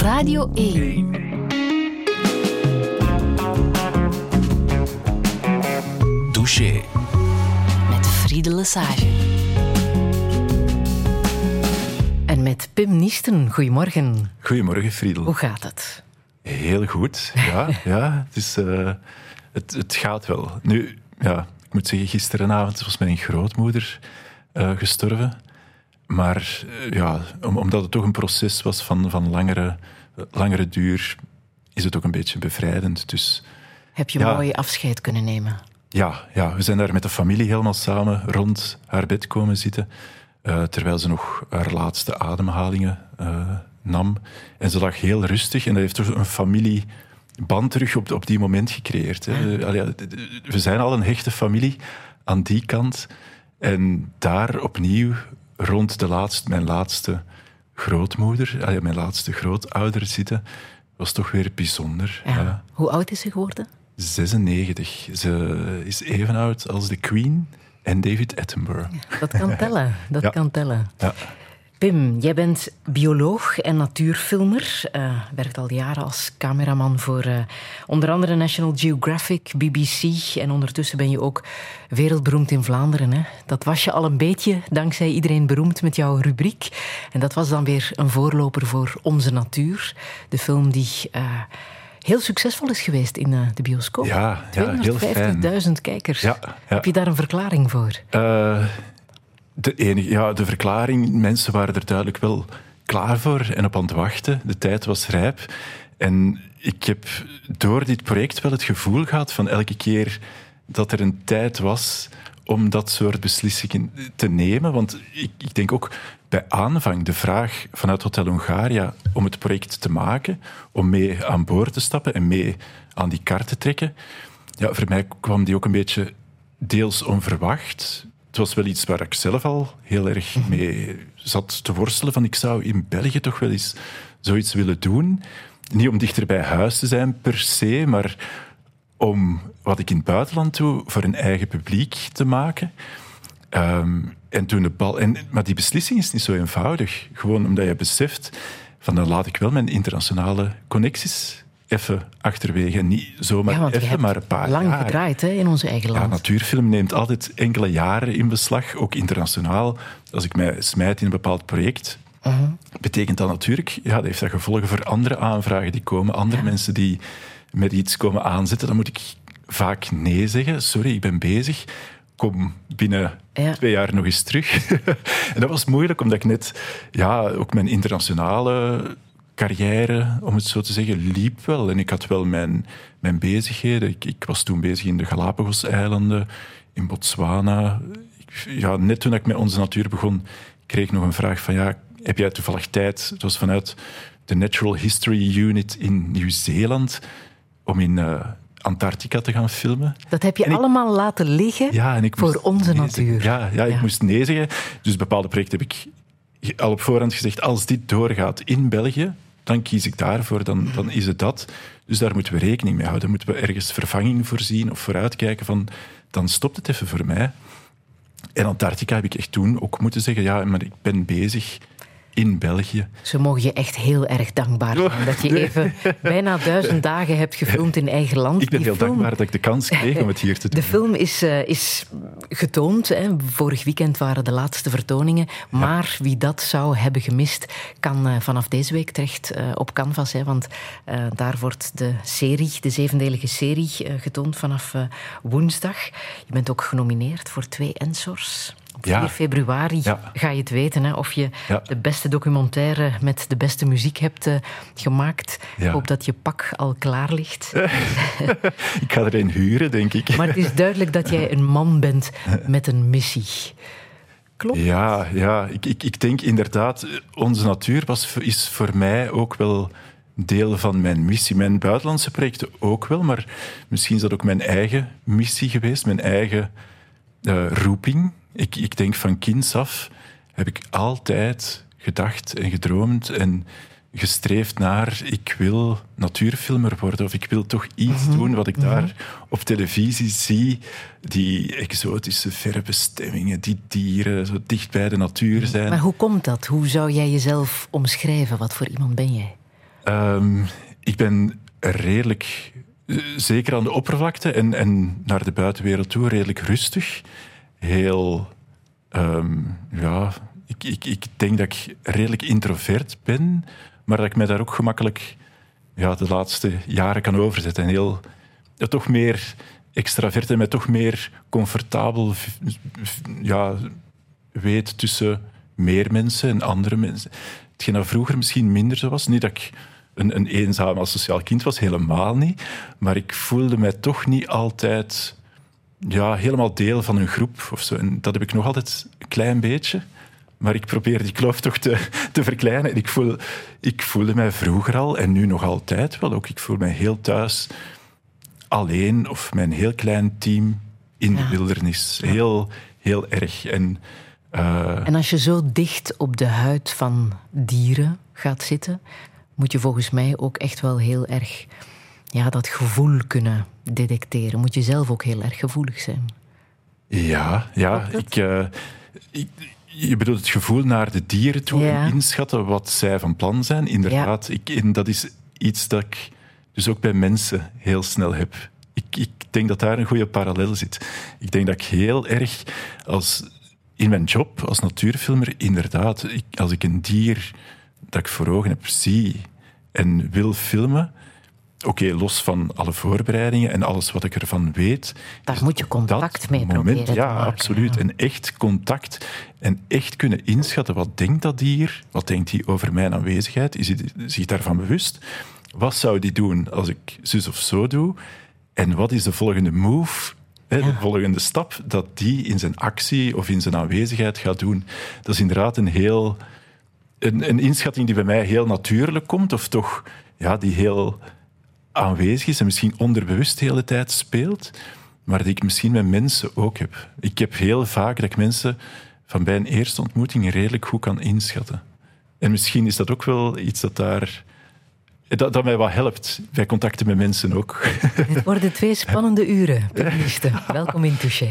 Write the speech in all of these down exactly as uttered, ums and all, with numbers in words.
Radio één. Douché. Met Friede Lesage. En met Pim Niesten. Goedemorgen. Goedemorgen, Friedel. Hoe gaat het? Heel goed, ja. ja het, is, uh, het, het gaat wel. Nu, ja, ik moet zeggen, gisterenavond was mijn grootmoeder uh, gestorven. Maar uh, ja, om, omdat het toch een proces was van, van langere, uh, langere duur, is het ook een beetje bevrijdend. Dus, Heb je ja, mooi afscheid kunnen nemen? Ja, ja, we zijn daar met de familie helemaal samen rond haar bed komen zitten. Uh, terwijl ze nog haar laatste ademhalingen uh, nam. En ze lag heel rustig. En dat heeft toch een familieband terug op, op die moment gecreëerd. Hè. Ja. Allee, we zijn al een hechte familie aan die kant. En daar opnieuw, rond de laatste, mijn laatste grootmoeder, allee, mijn laatste grootouder zitten, was toch weer bijzonder. Ja. Ja. Hoe oud is ze geworden? zesennegentig. Ze is even oud als de Queen en David Attenborough. Ja, dat kan tellen. Dat ja. kan tellen. Ja. Pim, jij bent bioloog en natuurfilmer. Uh, werkt al jaren als cameraman voor uh, onder andere National Geographic, B B C. En ondertussen ben je ook wereldberoemd in Vlaanderen. Hè? Dat was je al een beetje dankzij Iedereen Beroemd met jouw rubriek. En dat was dan weer een voorloper voor Onze Natuur. De film die uh, heel succesvol is geweest in uh, de bioscoop. Ja, ja, heel fijn. tweehonderdvijftigduizend kijkers. Ja, ja. Heb je daar een verklaring voor? Uh, de, enige, ja, de verklaring, mensen waren er duidelijk wel klaar voor en op aan het wachten. De tijd was rijp. En ik heb door dit project wel het gevoel gehad van elke keer dat er een tijd was om dat soort beslissingen te nemen. Want ik, ik denk ook bij aanvang de vraag vanuit Hotel Hongaria om het project te maken, om mee aan boord te stappen en mee aan die kar te trekken. Ja, voor mij kwam die ook een beetje deels onverwacht. Het was wel iets waar ik zelf al heel erg mee zat te worstelen. Van ik zou in België toch wel eens zoiets willen doen. Niet om dichter bij huis te zijn per se, maar om wat ik in het buitenland doe voor een eigen publiek te maken. Um, en toen de bal, en, maar die beslissing is niet zo eenvoudig. Gewoon omdat je beseft van dan laat ik wel mijn internationale connecties even achterwege. Niet zomaar ja, even, maar een paar lang jaar. gedraaid hè, in onze eigen land. Ja, natuurfilm neemt altijd enkele jaren in beslag, ook internationaal. Als ik mij smijt in een bepaald project, uh-huh. betekent dat natuurlijk, ja, dat heeft dat gevolgen voor andere aanvragen die komen, andere ja. mensen die met iets komen aanzetten. Dan moet ik vaak nee zeggen. Sorry, ik ben bezig. Kom binnen ja. twee jaar nog eens terug. En dat was moeilijk, omdat ik net ja, ook mijn internationale carrière, om het zo te zeggen, liep wel. En ik had wel mijn, mijn bezigheden. Ik, ik was toen bezig in de Galapagos-eilanden, in Botswana. Ik, ja, net toen ik met Onze Natuur begon, kreeg ik nog een vraag van, ja, heb jij toevallig tijd? Het was vanuit de Natural History Unit in Nieuw-Zeeland, om in uh, Antarctica te gaan filmen. Dat heb je en allemaal ik, laten liggen ja, en ik voor Onze nee Natuur. Ja, ja, ik ja. moest nee zeggen. Dus bepaalde projecten heb ik al op voorhand gezegd, als dit doorgaat in België, dan kies ik daarvoor, dan, dan is het dat. Dus daar moeten we rekening mee houden. Moeten we ergens vervanging voorzien of vooruitkijken van, dan stopt het even voor mij. En Antarctica heb ik echt toen ook moeten zeggen, ja, maar ik ben bezig in België. Ze mogen je echt heel erg dankbaar zijn. Dat je even bijna duizend dagen hebt gefilmd in eigen land. Ik ben Die heel film... dankbaar dat ik de kans kreeg om het hier te doen. De film is, uh, is getoond. Hè. Vorig weekend waren de laatste vertoningen. Maar ja. wie dat zou hebben gemist, kan uh, vanaf deze week terecht uh, op Canvas. Hè, want uh, daar wordt de serie, de zevendelige serie, uh, getoond vanaf uh, woensdag. Je bent ook genomineerd voor twee Ensors. Op vier ja. februari ja. ga je het weten hè, of je ja. de beste documentaire met de beste muziek hebt uh, gemaakt. Ja. Ik hoop dat je pak al klaar ligt. Ik ga er een huren, denk ik. Maar het is duidelijk dat jij een man bent met een missie. Klopt? Ja, ja. Ik, ik, ik denk inderdaad, Onze Natuur was, is voor mij ook wel deel van mijn missie. Mijn buitenlandse projecten ook wel, maar misschien is dat ook mijn eigen missie geweest, mijn eigen uh, roeping. Ik, ik denk van kinds af heb ik altijd gedacht en gedroomd en gestreefd naar ik wil natuurfilmer worden of ik wil toch iets mm-hmm. doen wat ik mm-hmm. daar op televisie zie. Die exotische verre bestemmingen, die dieren, zo dicht bij de natuur zijn. Maar hoe komt dat? Hoe zou jij jezelf omschrijven? Wat voor iemand ben jij? Um, ik ben redelijk, zeker aan de oppervlakte en, en naar de buitenwereld toe, redelijk rustig. Heel, um, ja, ik, ik, ik denk dat ik redelijk introvert ben, maar dat ik mij daar ook gemakkelijk ja, de laatste jaren kan overzetten. En heel, ja, toch meer extravert en mij toch meer comfortabel ja, weet tussen meer mensen en andere mensen. Hetgeen dat vroeger misschien minder zo was. Niet dat ik een, een eenzaam asociaal kind was, helemaal niet. Maar ik voelde mij toch niet altijd ja, helemaal deel van een groep of zo. En dat heb ik nog altijd een klein beetje. Maar ik probeer die kloof toch te, te verkleinen. En ik, voel, ik voelde mij vroeger al, en nu nog altijd wel ook, ik voel mij heel thuis alleen of met een heel klein team in ja. de wildernis. Heel, heel erg. En, uh... en als je zo dicht op de huid van dieren gaat zitten, moet je volgens mij ook echt wel heel erg ja, dat gevoel kunnen detecteren. Moet je zelf ook heel erg gevoelig zijn. Ja, ja. Ik, uh, ik, je bedoelt het gevoel naar de dieren toe ja. en inschatten wat zij van plan zijn. Inderdaad, ja. ik, en dat is iets dat ik dus ook bij mensen heel snel heb. Ik, ik denk dat daar een goede parallel zit. Ik denk dat ik heel erg als in mijn job als natuurfilmer, inderdaad, ik, als ik een dier dat ik voor ogen heb, zie en wil filmen, oké, okay, los van alle voorbereidingen en alles wat ik ervan weet. Daar moet je contact mee moment, proberen ja, te maken. Absoluut. Ja. En echt contact en echt kunnen inschatten, wat denkt dat dier? Wat denkt hij over mijn aanwezigheid? Is hij zich daarvan bewust? Wat zou die doen als ik zus of zo doe? En wat is de volgende move, hè, de ja. volgende stap, dat die in zijn actie of in zijn aanwezigheid gaat doen? Dat is inderdaad een heel... Een, een inschatting die bij mij heel natuurlijk komt, of toch ja, die heel aanwezig is en misschien onderbewust de hele tijd speelt, maar die ik misschien met mensen ook heb. Ik heb heel vaak dat ik mensen van bij een eerste ontmoeting redelijk goed kan inschatten. En misschien is dat ook wel iets dat daar... Dat, dat mij wat helpt bij contacten met mensen ook. Dit worden twee spannende uren, Pieter. Welkom in Touché.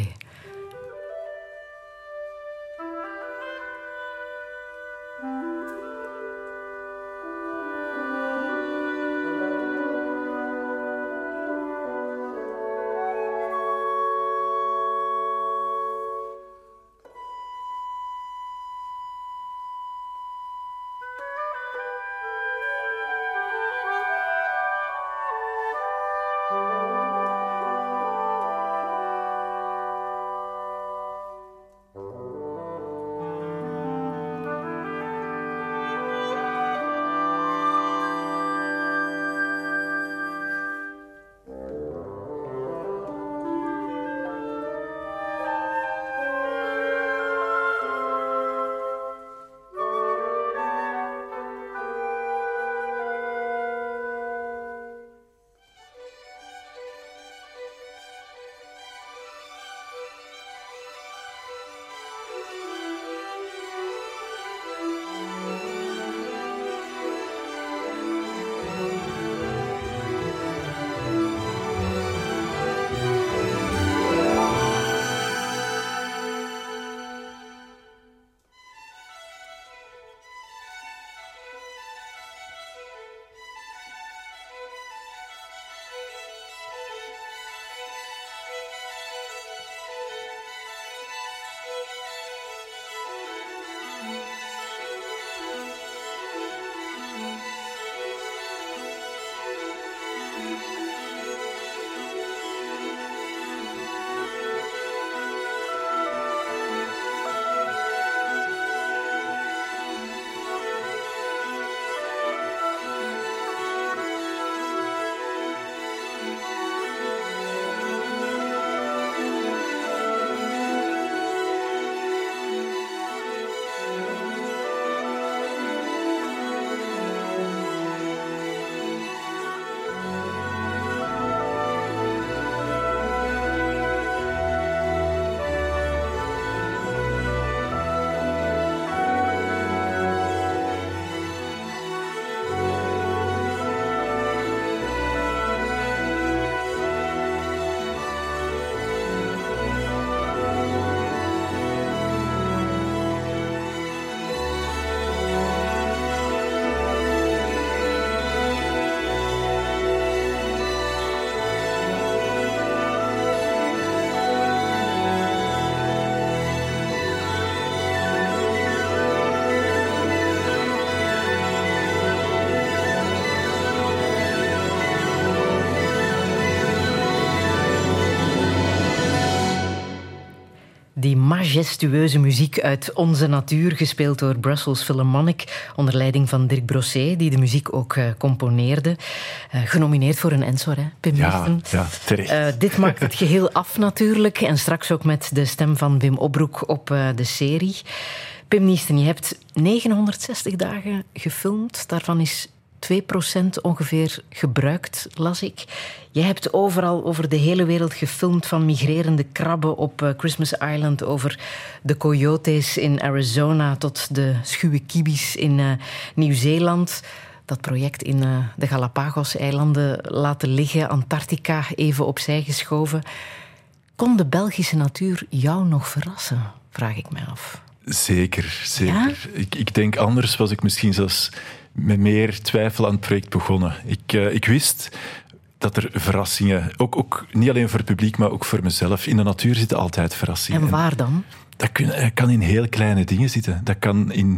die majestueuze muziek uit onze natuur, gespeeld door Brussels Philharmonic, onder leiding van Dirk Brossé, die de muziek ook uh, componeerde. Uh, genomineerd voor een Ensor, hè, Pim Ja, Niesten. ja, terecht. Uh, dit maakt het geheel af natuurlijk. En straks ook met de stem van Wim Opbroek op uh, de serie. Pim Niesten, je hebt negenhonderdzestig dagen gefilmd. Daarvan is twee procent ongeveer gebruikt, las ik. Je hebt overal over de hele wereld gefilmd, van migrerende krabben op uh, Christmas Island, over de coyotes in Arizona tot de schuwe kibis in uh, Nieuw-Zeeland. Dat project in uh, de Galapagos-eilanden laten liggen, Antarctica even opzij geschoven. Kon de Belgische natuur jou nog verrassen, vraag ik mij af. Zeker, zeker. Ja? Ik, ik denk, anders was ik misschien zelfs met meer twijfel aan het project begonnen. Ik, uh, ik wist dat er verrassingen, ook, ook niet alleen voor het publiek, maar ook voor mezelf. In de natuur zitten altijd verrassingen. En waar dan? Dat kun, kan in heel kleine dingen zitten. Dat kan in,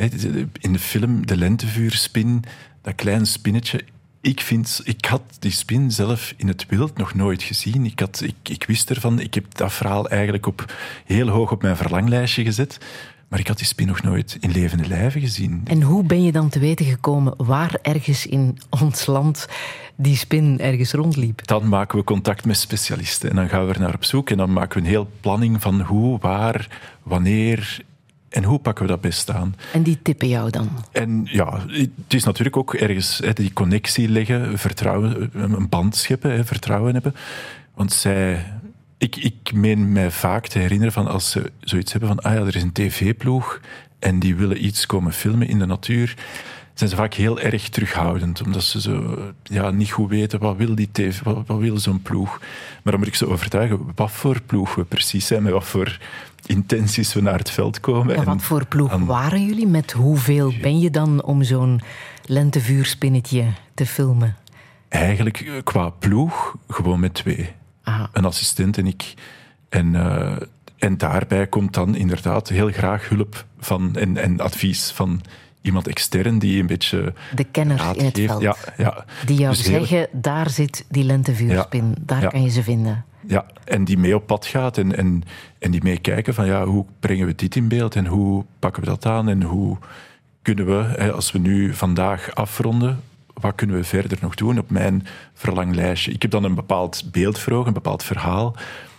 in de film De Lentevuurspin, dat klein spinnetje. Ik, vind, ik had die spin zelf in het wild nog nooit gezien. Ik, had, ik, ik wist ervan. Ik heb dat verhaal eigenlijk op, heel hoog op mijn verlanglijstje gezet. Maar ik had die spin nog nooit in levende lijven gezien. En hoe ben je dan te weten gekomen waar ergens in ons land die spin ergens rondliep? Dan maken we contact met specialisten en dan gaan we er naar op zoek. En dan maken we een heel planning van hoe, waar, wanneer en hoe pakken we dat best aan. En die tippen jou dan? En ja, het is natuurlijk ook ergens hè, die connectie leggen, vertrouwen, een band scheppen, hè, vertrouwen hebben. Want zij... Ik, ik meen mij vaak te herinneren van als ze zoiets hebben van ah ja, er is een tv-ploeg en die willen iets komen filmen in de natuur, zijn ze vaak heel erg terughoudend, omdat ze zo ja, niet goed weten wat wil die tv, wat, wat wil zo'n ploeg. Maar dan moet ik ze overtuigen wat voor ploeg we precies zijn, met wat voor intenties we naar het veld komen. Ja, en wat voor ploeg aan... waren jullie? Met hoeveel ben je dan om zo'n lentevuurspinnetje te filmen? Eigenlijk qua ploeg gewoon met twee. Aha. Een assistent en ik. En, uh, en daarbij komt dan inderdaad heel graag hulp van, en, en advies van iemand extern die een beetje de kenner raad in het geeft. veld. Ja, ja. Die jou Dus zeggen, heel... daar zit die lentevuurspin. Ja. Daar ja. kan je ze vinden. Ja, en die mee op pad gaat en, en, en die meekijken van ja, hoe brengen we dit in beeld en hoe pakken we dat aan en hoe kunnen we, als we nu vandaag afronden, wat kunnen we verder nog doen op mijn verlanglijstje? Ik heb dan een bepaald beeld voor ogen, een bepaald verhaal.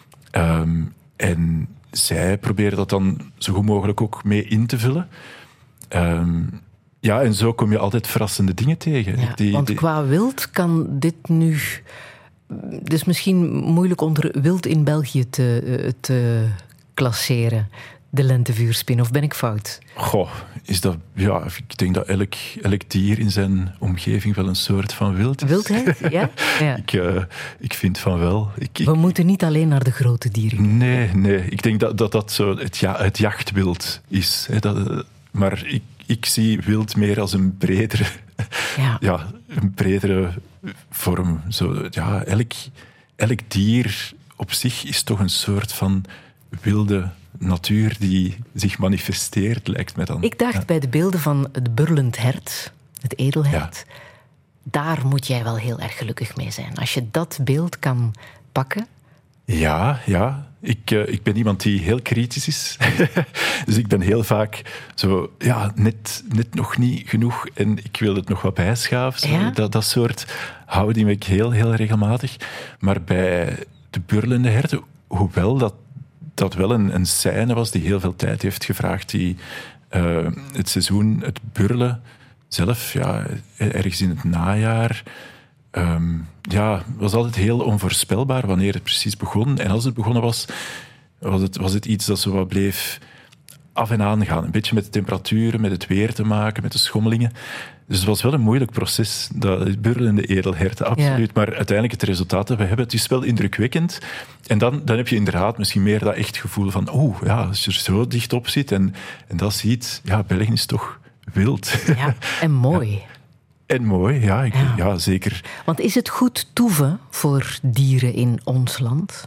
Um, en zij proberen dat dan zo goed mogelijk ook mee in te vullen. Um, ja, en zo kom je altijd verrassende dingen tegen. Ja, die, want die... qua wild kan dit nu... Het is misschien moeilijk onder wild in België te, te klasseren. De lentevuurspin, of ben ik fout? Goh, is dat... Ja, ik denk dat elk, elk dier in zijn omgeving wel een soort van wild is. Wildheid, ja? ja. ik, uh, ik vind van wel. Ik, ik... We moeten niet alleen naar de grote dieren. Nee, nee. Ik denk dat dat, dat zo het, ja, het jachtwild is. Hè. Dat, maar ik, ik zie wild meer als een bredere... Ja. ja, een bredere vorm. Zo, ja, elk, elk dier op zich is toch een soort van wilde... natuur die zich manifesteert, lijkt mij dan. Ik dacht ja. bij de beelden van het burlend hert, het edelhert, ja. daar moet jij wel heel erg gelukkig mee zijn. Als je dat beeld kan pakken. Ja, ja. Ik, uh, ik ben iemand die heel kritisch is. Dus ik ben heel vaak zo, ja, net, net nog niet genoeg en ik wil het nog wat bijschaven. Ja? Dat, dat soort houding heb ik heel, heel regelmatig. Maar bij de burlende herten, hoewel dat dat wel een, een scène was die heel veel tijd heeft gevraagd, die uh, het seizoen, het burlen zelf, ja, ergens in het najaar, um, ja, was altijd heel onvoorspelbaar wanneer het precies begon. En als het begonnen was, was het, was het iets dat zo wat bleef af en aan gaan. Een beetje met de temperaturen, met het weer te maken, met de schommelingen. Dus het was wel een moeilijk proces, dat burlende edelherten, absoluut. Ja. Maar uiteindelijk het resultaat dat we hebben, het is wel indrukwekkend. En dan, dan heb je inderdaad misschien meer dat echt gevoel van oh, ja, als je er zo dicht op zit en, en dat ziet, ja, België is toch wild. Ja, en mooi. Ja. En mooi, ja, ik, ja. ja, zeker. Want is het goed toeven voor dieren in ons land?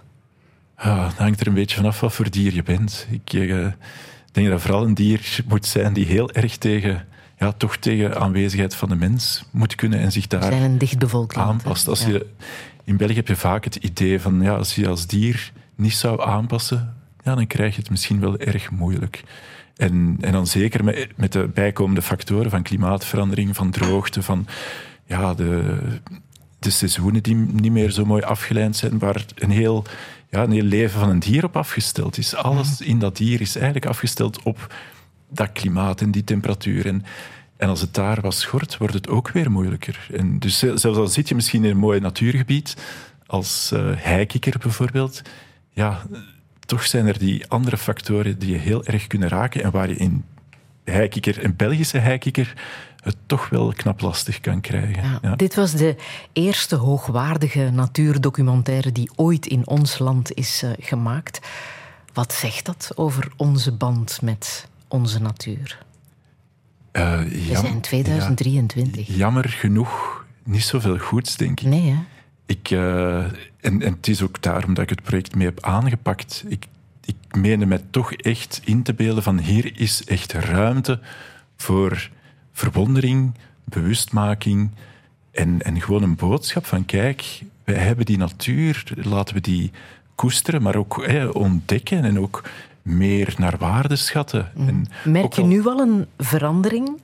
Ja, het hangt er een beetje vanaf wat voor dier je bent. Ik uh, denk dat vooral een dier moet zijn die heel erg tegen... Ja, toch tegen aanwezigheid van de mens moet kunnen en zich daar zijn een dichtbevolkt land, aanpast. Als ja. je, in België heb je vaak het idee van ja, als je als dier niet zou aanpassen, ja, dan krijg je het misschien wel erg moeilijk. En, en dan zeker met, met de bijkomende factoren van klimaatverandering, van droogte, van ja, de, de seizoenen die niet meer zo mooi afgeleid zijn, waar een heel, ja, een heel leven van een dier op afgesteld is. Alles in dat dier is eigenlijk afgesteld op dat klimaat en die temperatuur. En, en als het daar wat schort, wordt het ook weer moeilijker. En dus zelfs al zit je misschien in een mooi natuurgebied, als uh, heikikker bijvoorbeeld, ja, toch zijn er die andere factoren die je heel erg kunnen raken en waar je in heikikker, een Belgische heikikker, het toch wel knap lastig kan krijgen. Ja, ja. Dit was de eerste hoogwaardige natuurdocumentaire die ooit in ons land is uh, gemaakt. Wat zegt dat over onze band met onze natuur? Uh, We zijn tweeduizend drieëntwintig. Ja, jammer genoeg niet zoveel goeds, denk ik. Nee, hè? Ik, uh, en, en het is ook daarom dat ik het project mee heb aangepakt. Ik, ik meende mij toch echt in te beelden van hier is echt ruimte voor verwondering, bewustmaking en, en gewoon een boodschap van kijk, wij hebben die natuur, laten we die koesteren, maar ook hey, ontdekken en ook meer naar waarde schatten. Mm. En merk je al, nu al een verandering?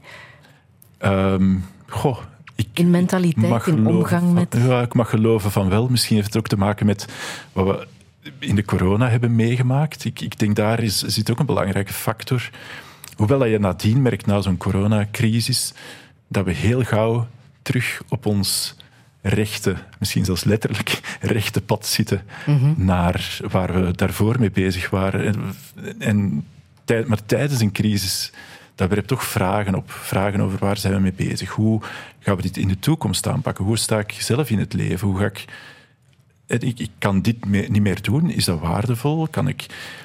Um, goh, ik, in mentaliteit, in omgang met... Van, ja, ik mag geloven van wel. Misschien heeft het ook te maken met wat we in de corona hebben meegemaakt. Ik, ik denk daar is, zit ook een belangrijke factor. Hoewel dat je nadien merkt, na zo'n coronacrisis, dat we heel gauw terug op ons rechte, misschien zelfs letterlijk rechte pad zitten, mm-hmm. naar waar we daarvoor mee bezig waren. En, en, tijd, maar tijdens een crisis, dat werpt toch vragen op. Vragen over waar zijn we mee bezig? Hoe gaan we dit in de toekomst aanpakken? Hoe sta ik zelf in het leven? Hoe ga ik... Ik, ik kan dit me, niet meer doen. Is dat waardevol? Kan ik...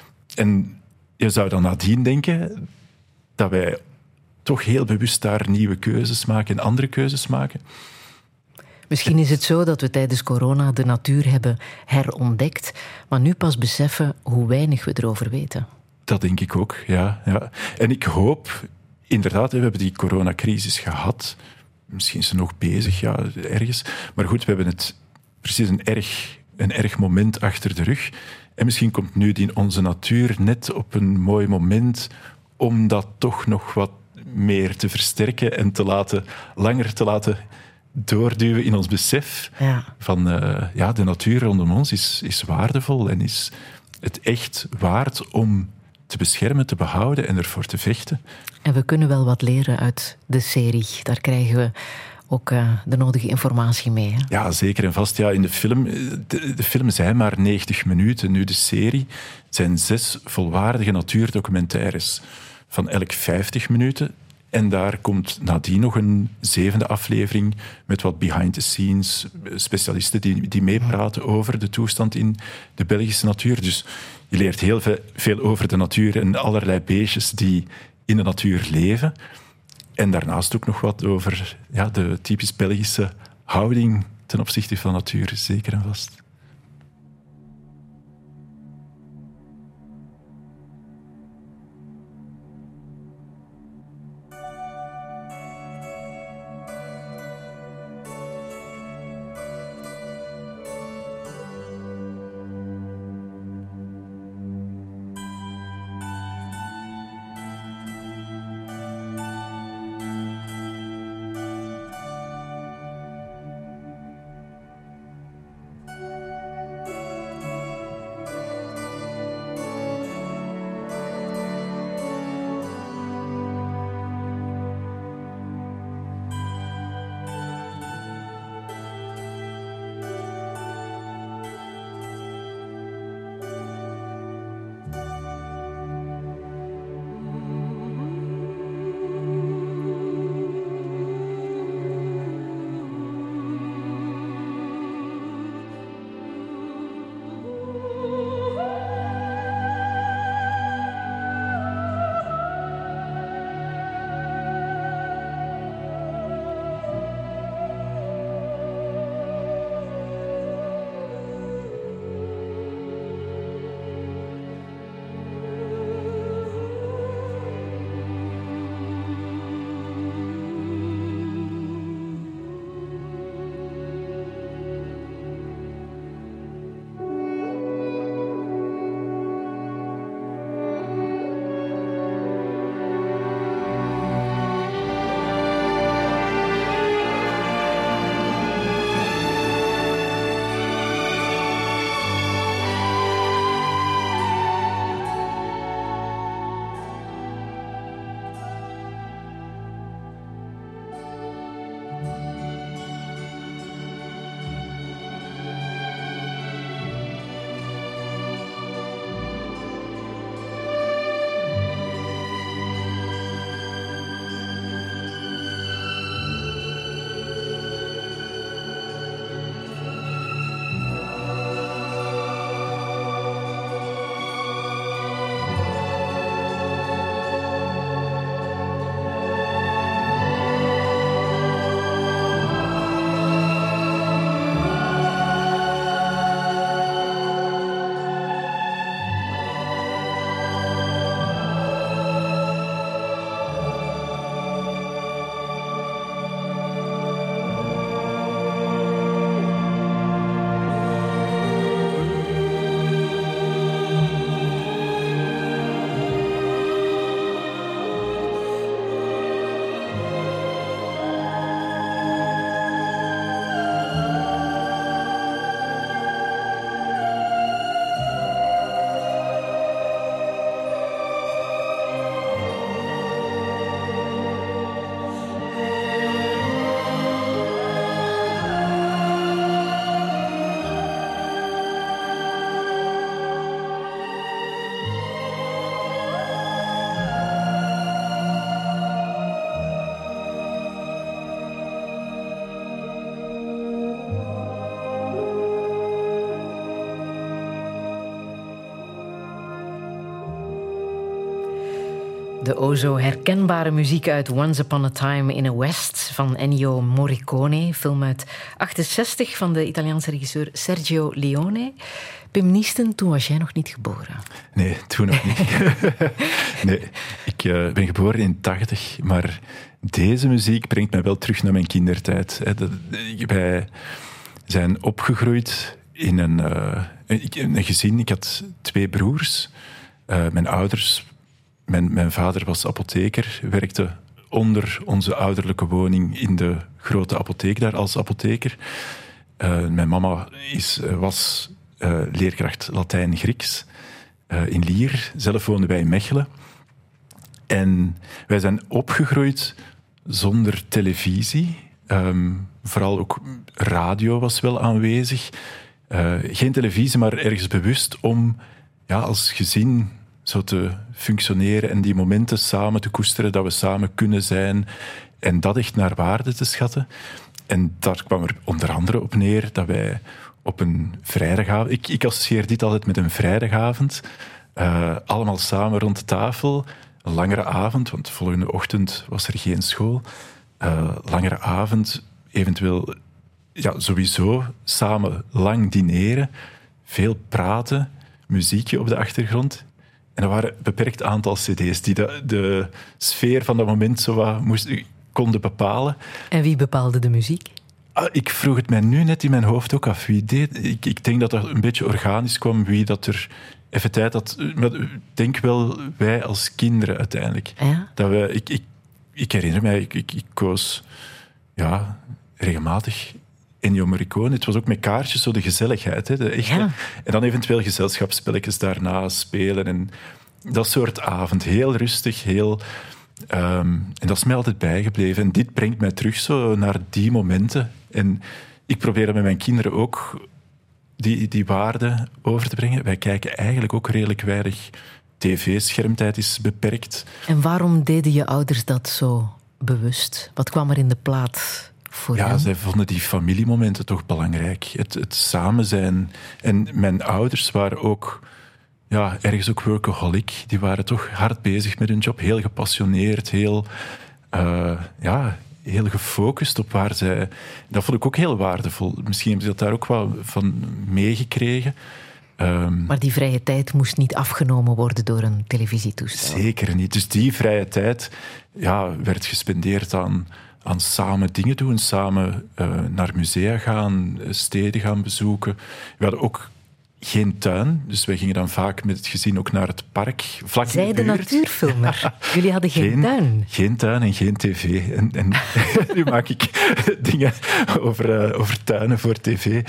En je zou dan nadien denken dat wij toch heel bewust daar nieuwe keuzes maken en andere keuzes maken. Misschien is het zo dat we tijdens corona de natuur hebben herontdekt, maar nu pas beseffen hoe weinig we erover weten. Dat denk ik ook, ja. ja. En ik hoop, inderdaad, we hebben die coronacrisis gehad. Misschien is ze nog bezig, ja, ergens. Maar goed, we hebben het precies een erg, een erg moment achter de rug. En misschien komt nu die onze natuur net op een mooi moment om dat toch nog wat meer te versterken en te laten, langer te laten doorduwen in ons besef ja. van uh, ja, de natuur rondom ons is, is waardevol en is het echt waard om te beschermen, te behouden en ervoor te vechten. En we kunnen wel wat leren uit de serie. Daar krijgen we ook uh, de nodige informatie mee. Hè? Ja, zeker en vast. Ja, in de film, de, de film zijn maar negentig minuten. Nu de serie zijn zes volwaardige natuurdocumentaires van elk vijftig minuten. En daar komt nadien nog een zevende aflevering met wat behind the scenes, specialisten die, die meepraten over de toestand in de Belgische natuur. Dus je leert heel veel over de natuur en allerlei beestjes die in de natuur leven. En daarnaast ook nog wat over ja, de typisch Belgische houding ten opzichte van de natuur, zeker en vast. De o zo herkenbare muziek uit Once Upon a Time in a West van Ennio Morricone. Film uit achtenzestig van de Italiaanse regisseur Sergio Leone. Pim Niesten, toen was jij nog niet geboren. Nee, toen nog niet. Nee, ik uh, ben geboren in tachtig, maar deze muziek brengt mij wel terug naar mijn kindertijd. Wij zijn opgegroeid in een, uh, een gezin. Ik had twee broers. Uh, mijn ouders... Mijn, mijn vader was apotheker, werkte onder onze ouderlijke woning in de grote apotheek daar als apotheker. Uh, mijn mama is, was uh, leerkracht Latijn-Grieks uh, in Lier. Zelf woonden wij in Mechelen. En wij zijn opgegroeid zonder televisie. Um, vooral ook radio was wel aanwezig. Uh, geen televisie, maar ergens bewust om ja, als gezin zo te functioneren en die momenten samen te koesteren, dat we samen kunnen zijn en dat echt naar waarde te schatten. En daar kwam er onder andere op neer dat wij op een vrijdagavond... Ik, ik associeer dit altijd met een vrijdagavond. Uh, allemaal samen rond de tafel. Een langere avond, want de volgende ochtend was er geen school. Uh, langere avond, eventueel ja, sowieso samen lang dineren. Veel praten, muziekje op de achtergrond. En er waren een beperkt aantal cd's die de, de sfeer van dat moment zo wat moesten, konden bepalen. En wie bepaalde de muziek? Ah, ik vroeg het mij nu net in mijn hoofd ook af. Wie deed? Ik, ik denk dat dat een beetje organisch kwam, wie dat er even tijd had. Maar ik denk wel wij als kinderen uiteindelijk. Ja? Dat we, ik, ik, ik herinner mij, ik, ik, ik koos ja, regelmatig Ennio Morricone. Het was ook met kaartjes, zo de gezelligheid. Hè, de echte. Ja. En dan eventueel gezelschapsspelletjes daarna spelen. En dat soort avond. Heel rustig, heel... Um, en dat is mij altijd bijgebleven. En dit brengt mij terug zo naar die momenten. En ik probeer met mijn kinderen ook die, die waarden over te brengen. Wij kijken eigenlijk ook redelijk weinig tv-schermtijd is beperkt. En waarom deden je ouders dat zo bewust? Wat kwam er in de plaats voor Ja, hen? zij vonden die familiemomenten toch belangrijk. Het, het samen zijn. En mijn ouders waren ook... Ja, ergens ook workaholic. Die waren toch hard bezig met hun job. Heel gepassioneerd, heel, uh, ja, heel gefocust op waar zij... Dat vond ik ook heel waardevol. Misschien hebben ze dat daar ook wel van meegekregen. Um, maar die vrije tijd moest niet afgenomen worden door een televisietoestel? Zeker niet. Dus die vrije tijd ja, werd gespendeerd aan, aan samen dingen doen. Samen uh, naar musea gaan, steden gaan bezoeken. We hadden ook... geen tuin, dus wij gingen dan vaak met het gezin ook naar het park. Vlak Zij in de de buurt. natuurfilmer. Ja. Jullie hadden geen, geen tuin. Geen tuin en geen tv. En, en nu maak ik dingen over, uh, over tuinen voor tv.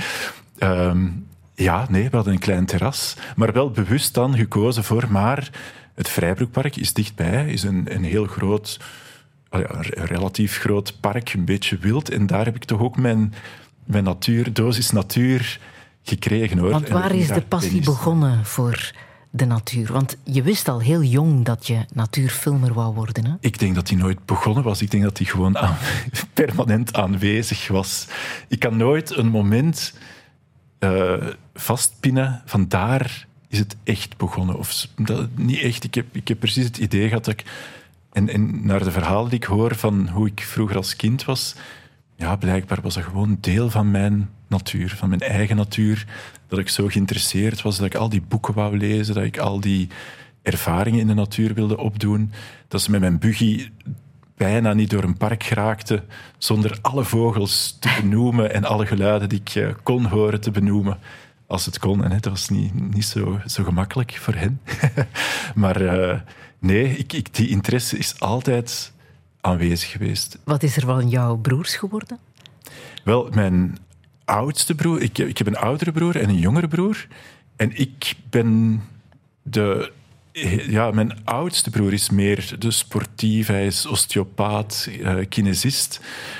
Um, ja, nee, we hadden een klein terras. Maar wel bewust dan gekozen voor... Maar het Vrijbroekpark is dichtbij. Is een, een heel groot... Uh, ja, een relatief groot park, een beetje wild. En daar heb ik toch ook mijn, mijn natuur, dosis natuur... gekregen, hoor. Want waar is de passie tennis. begonnen voor de natuur? Want je wist al heel jong dat je natuurfilmer wou worden, hè? Ik denk dat die nooit begonnen was. Ik denk dat die gewoon aan, permanent aanwezig was. Ik kan nooit een moment uh, vastpinnen van daar is het echt begonnen. Of dat, niet echt. Ik heb, ik heb precies het idee gehad dat ik... En, en naar de verhalen die ik hoor van hoe ik vroeger als kind was... Ja, blijkbaar was dat gewoon deel van mijn natuur, van mijn eigen natuur. Dat ik zo geïnteresseerd was, dat ik al die boeken wou lezen, dat ik al die ervaringen in de natuur wilde opdoen. Dat ze met mijn buggy bijna niet door een park geraakte zonder alle vogels te benoemen en alle geluiden die ik kon horen te benoemen. Als het kon, en dat was niet, niet zo, zo gemakkelijk voor hen. Maar uh, nee, ik, ik, die interesse is altijd... aanwezig geweest. Wat is er van jouw broers geworden? Wel, mijn oudste broer... Ik, ik heb een oudere broer en een jongere broer. En ik ben de... Ja, mijn oudste broer is meer de sportief. Hij is osteopaat, uh, kinesist.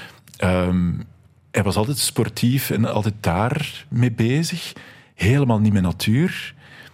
Um, hij was altijd sportief en altijd daarmee bezig. Helemaal niet met natuur.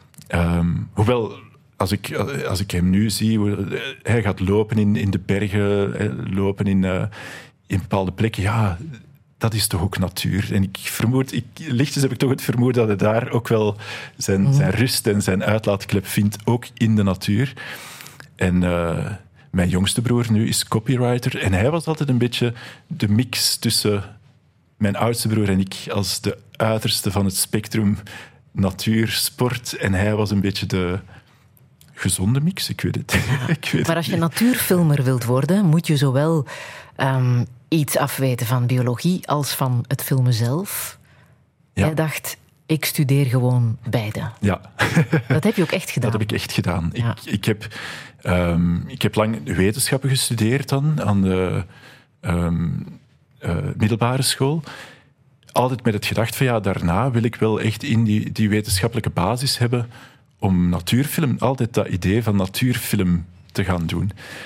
Um, hoewel... Als ik, als ik hem nu zie, hij gaat lopen in, in de bergen, lopen in, uh, in bepaalde plekken, ja, dat is toch ook natuur. En ik vermoed, ik, lichtjes heb ik toch het vermoeden dat hij daar ook wel zijn, mm. zijn rust en zijn uitlaatklep vindt, ook in de natuur. En uh, Mijn jongste broer nu is copywriter. En hij was altijd een beetje de mix tussen mijn oudste broer en ik als de uiterste van het spectrum natuur, sport. En hij was een beetje de gezonde mix, ik weet het. Ja. ik weet maar als je het natuurfilmer wilt worden, moet je zowel um, iets afweten van biologie als van het filmen zelf. Ja. Jij dacht, ik studeer gewoon beide. Ja. Dat heb je ook echt gedaan. Dat heb ik echt gedaan. Ja. Ik, ik, heb, um, ik heb lang wetenschappen gestudeerd dan, aan de um, uh, middelbare school. Altijd met het gedacht van ja, daarna wil ik wel echt in die, die wetenschappelijke basis hebben om natuurfilm, altijd dat idee van natuurfilm te gaan doen.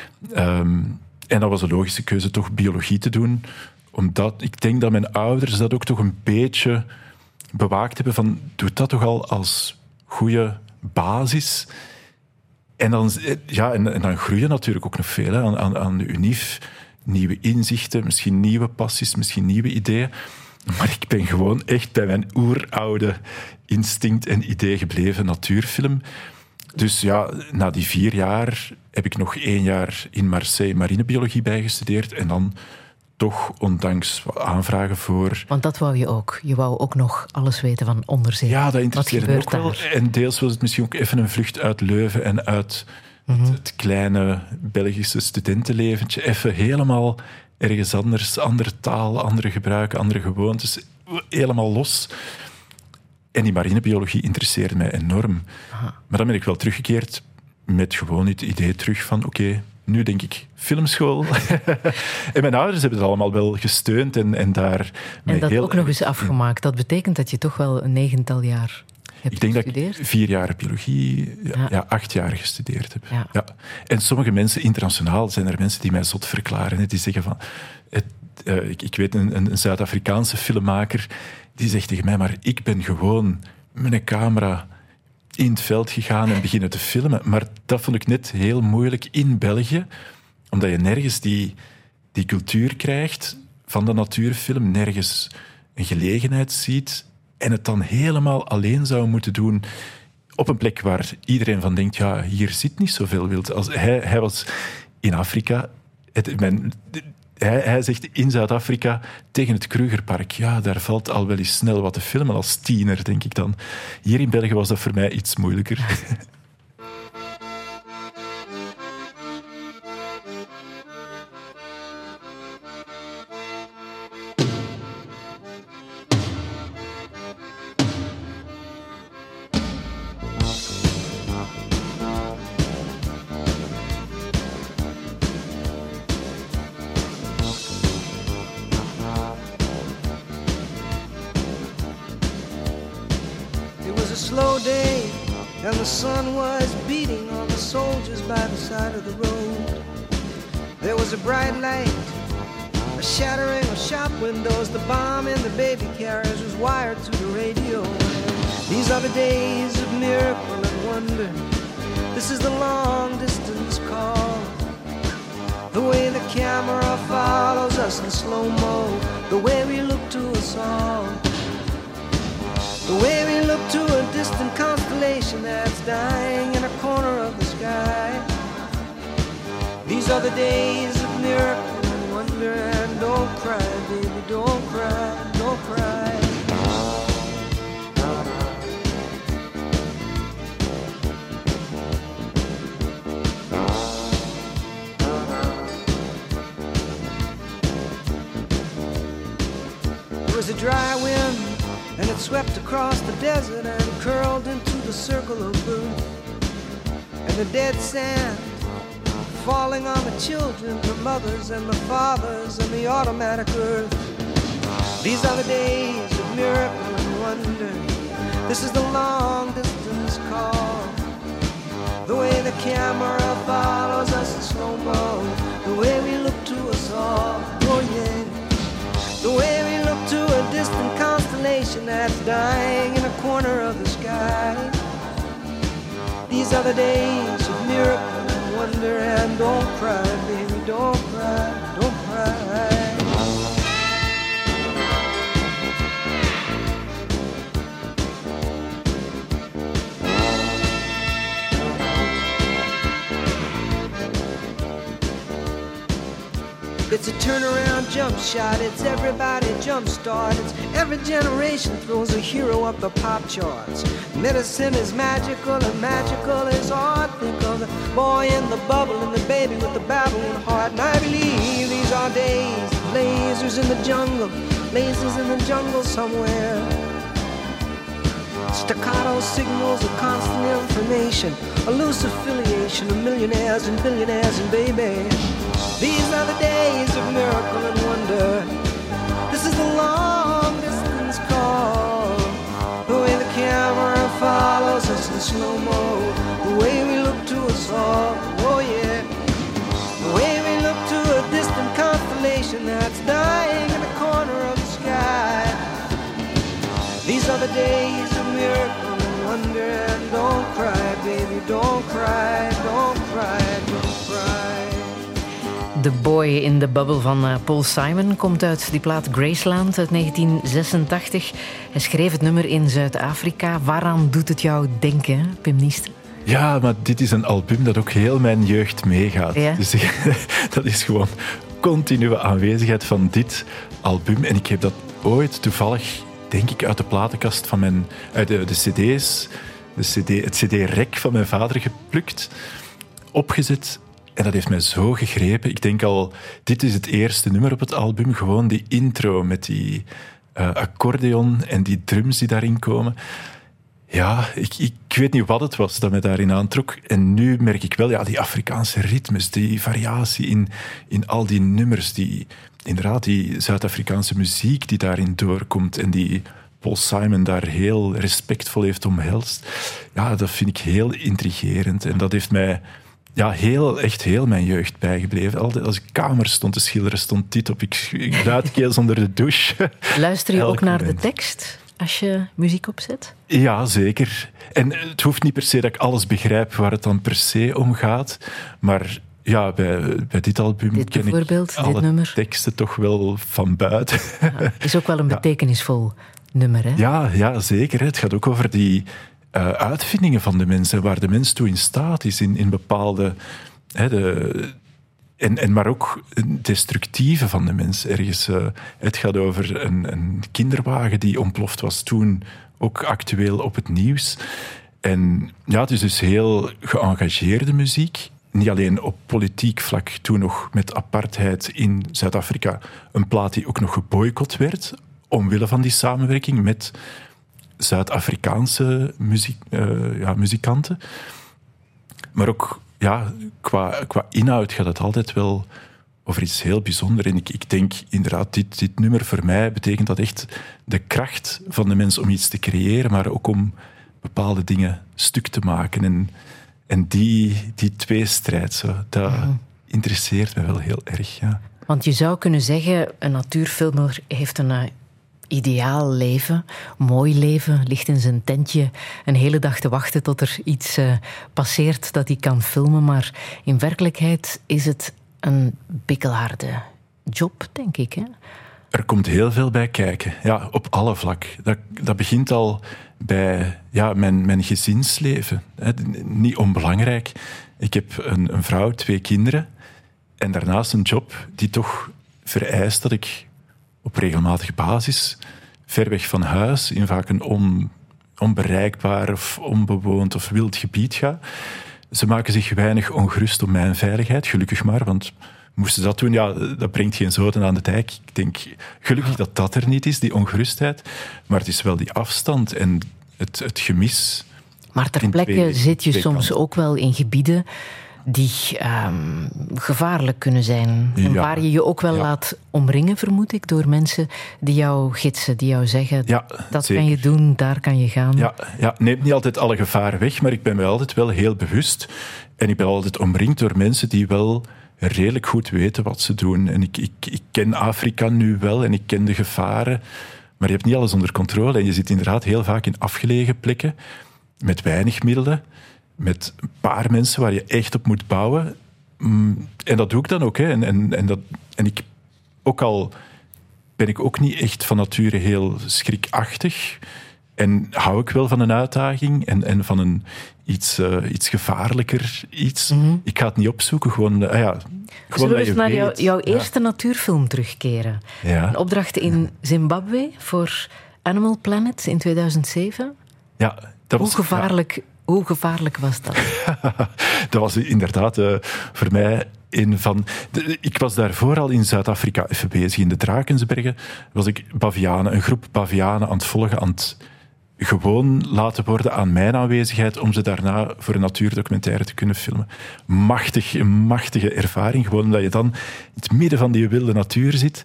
Um, en dat was een logische keuze, toch biologie te doen. Omdat ik denk dat mijn ouders dat ook toch een beetje bewaakt hebben van doe dat toch al als goede basis. En dan, ja, en, en dan groeien natuurlijk ook nog veel hè, aan, aan, aan de U N I F. Nieuwe inzichten, misschien nieuwe passies, misschien nieuwe ideeën. Maar ik ben gewoon echt bij mijn oeroude instinct en idee gebleven, natuurfilm. Dus ja, na die vier jaar heb ik nog één jaar in Marseille marinebiologie bijgestudeerd en dan toch, ondanks aanvragen voor... Want dat wou je ook. Je wou ook nog alles weten van onderzee. Ja, dat interesseerde me ook wel. Daar? En deels was het misschien ook even een vlucht uit Leuven en uit mm-hmm. het, het kleine Belgische studentenleventje. Even helemaal ergens anders, andere taal, andere gebruiken, andere gewoontes. Helemaal los. En die marinebiologie interesseerde mij enorm. Aha. Maar dan ben ik wel teruggekeerd met gewoon het idee terug van oké, okay, nu denk ik filmschool. En mijn ouders hebben het allemaal wel gesteund en, en daar... En dat heel ook nog eens afgemaakt. Dat betekent dat je toch wel een negental jaar hebt ik denk gestudeerd? Dat ik vier jaar biologie, ja, ja. ja, acht jaar gestudeerd heb. Ja. Ja. En sommige mensen, internationaal, zijn er mensen die mij zot verklaren. Hè, die zeggen van... Het, uh, ik, ik weet een, een Zuid-Afrikaanse filmmaker, die zegt tegen mij, maar ik ben gewoon met een camera in het veld gegaan en beginnen te filmen. Maar dat vond ik net heel moeilijk in België, omdat je nergens die, die cultuur krijgt van de natuurfilm, nergens een gelegenheid ziet en het dan helemaal alleen zou moeten doen op een plek waar iedereen van denkt, ja, hier zit niet zoveel wild. Als hij, hij was in Afrika... Het, mijn, hij, hij zegt in Zuid-Afrika tegen het Krugerpark, ja, daar valt al wel eens snel wat te filmen als tiener, denk ik dan. Hier in België was dat voor mij iets moeilijker. Slow day, and the sun was beating on the soldiers by the side of the road. There was a bright light, a shattering of shop windows. The bomb in the baby carriage was wired to the radio. These are the days of miracle and wonder. This is the long distance call. The way the camera follows us in slow-mo, the way we look to us all. The way we look to a distant constellation that's dying in a corner of the sky. These are the days of miracle and wonder. And don't cry, baby, don't cry, don't cry. There was a dry wind, and it swept across the desert and curled into the circle of blue. And the dead sand falling on the children, the mothers and the fathers and the automatic earth. These are the days of miracle and wonder. This is the long distance call. The way the camera follows us in slow-mo, the way we look to us all, oh yeah. The way we look to a distant constellation that's dying in a corner of the sky. These are the days of miracle and wonder. And don't cry, baby, don't cry, don't cry. It's a turnaround jump shot, it's everybody jump start. It's every generation throws a hero up the pop charts. Medicine is magical and magical is art. Think of the boy in the bubble and the baby with the babbling heart. And I believe these are days, lasers in the jungle, lasers in the jungle somewhere. Staccato signals of constant information, a loose affiliation of millionaires and billionaires and baby. These are the days of miracle and wonder. This is the long distance call. The way the camera follows us in slow-mo, the way we look to us all, oh yeah. The way we look to a distant constellation that's dying in the corner of the sky. These are the days of miracle and wonder. And don't cry, baby, don't cry, don't cry, don't cry. The Boy in the Bubble van uh, Paul Simon komt uit die plaat Graceland uit negentien zesentachtig. Hij schreef het nummer in Zuid-Afrika. Waaraan doet het jou denken, Pim Niester? Ja, maar dit is een album dat ook heel mijn jeugd meegaat. Ja. Dus dat is gewoon continue aanwezigheid van dit album. En ik heb dat ooit toevallig, denk ik, uit de platenkast van mijn... uit de, de cd's, de cd, het cd-rek van mijn vader geplukt, opgezet. En dat heeft mij zo gegrepen. Ik denk al, dit is het eerste nummer op het album. Gewoon die intro met die uh, accordeon en die drums die daarin komen. Ja, ik, ik weet niet wat het was dat me daarin aantrok. En nu merk ik wel, ja, die Afrikaanse ritmes, die variatie in, in al die nummers, die, inderdaad, die Zuid-Afrikaanse muziek die daarin doorkomt en die Paul Simon daar heel respectvol heeft omhelst. Ja, dat vind ik heel intrigerend. En dat heeft mij... Ja, heel, echt heel mijn jeugd bijgebleven. Altijd als ik kamer stond te schilderen, stond dit op. Ik, ik luidkeels onder de douche. Luister je ook naar moment. De tekst als je muziek opzet? Ja, zeker. En het hoeft niet per se dat ik alles begrijp waar het dan per se om gaat. Maar ja, bij, bij dit album dit ken ik alle dit nummer. teksten toch wel van buiten. Ja, is ook wel een betekenisvol ja. nummer, hè? Ja, ja, zeker. Het gaat ook over die... Uh, uitvindingen van de mensen, waar de mens toe in staat is in, in bepaalde... Hè, de, en, en maar ook het destructieve van de mens ergens. Uh, het gaat over een, een kinderwagen die ontploft was toen, ook actueel op het nieuws. En ja, het is dus heel geëngageerde muziek. Niet alleen op politiek vlak, toen nog met apartheid in Zuid-Afrika. Een plaat die ook nog geboycott werd, omwille van die samenwerking met... Zuid-Afrikaanse muziek, uh, ja, muzikanten. Maar ook ja, qua, qua inhoud gaat het altijd wel over iets heel bijzonders. En ik, ik denk inderdaad, dit, dit nummer voor mij betekent dat echt de kracht van de mens om iets te creëren, maar ook om bepaalde dingen stuk te maken. En, en die, die tweestrijd, zo, dat ja. interesseert me wel heel erg. Ja. Want je zou kunnen zeggen, een natuurfilmer heeft een... Uh... ideaal leven, mooi leven, ligt in zijn tentje een hele dag te wachten tot er iets uh, passeert dat hij kan filmen. Maar in werkelijkheid is het een bikkelharde job, denk ik. Hè? Er komt heel veel bij kijken, ja, op alle vlakken. Dat, dat begint al bij ja, mijn, mijn gezinsleven. Hè. Niet onbelangrijk. Ik heb een, een vrouw, twee kinderen en daarnaast een job die toch vereist dat ik op regelmatige basis, ver weg van huis, in vaak een on, onbereikbaar of onbewoond of wild gebied ga. Ze maken zich weinig ongerust om mijn veiligheid, gelukkig maar, want moesten ze dat doen, ja, dat brengt geen zoden aan de dijk. Ik denk, gelukkig dat dat er niet is, die ongerustheid, maar het is wel die afstand en het, het gemis. Maar ter plekke zit je soms ook wel in gebieden die um, gevaarlijk kunnen zijn. Ja, en waar je je ook wel ja. laat omringen, vermoed ik, door mensen die jou gidsen, die jou zeggen, ja, dat zeker. Kan je doen, daar kan je gaan. Ja, ja, neemt niet altijd alle gevaar weg, maar ik ben me altijd wel heel bewust. En ik ben altijd omringd door mensen die wel redelijk goed weten wat ze doen. En ik, ik, ik ken Afrika nu wel en ik ken de gevaren, maar je hebt niet alles onder controle. En je zit inderdaad heel vaak in afgelegen plekken, met weinig middelen, met een paar mensen waar je echt op moet bouwen. En dat doe ik dan ook. Hè. En, en, en, dat, en ik, ook al ben ik ook niet echt van nature heel schrikachtig, En hou ik wel van een uitdaging en, en van een iets, uh, iets gevaarlijker iets. Mm-hmm. Ik ga het niet opzoeken, gewoon... Uh, ja, gewoon Zullen we eens naar jou, jouw ja. eerste natuurfilm terugkeren? Ja. Een opdracht in Zimbabwe voor Animal Planet in tweeduizend zeven. Ja, dat was... Hoe gevaarlijk, ja. hoe gevaarlijk was dat? Dat was inderdaad uh, voor mij... Een van, de, ik was daarvoor al in Zuid-Afrika even bezig. In de Drakensbergen was ik bavianen, een groep bavianen aan het volgen, aan het gewoon laten worden aan mijn aanwezigheid om ze daarna voor een natuurdocumentaire te kunnen filmen. Machtig, een machtige ervaring. Gewoon omdat je dan in het midden van die wilde natuur zit.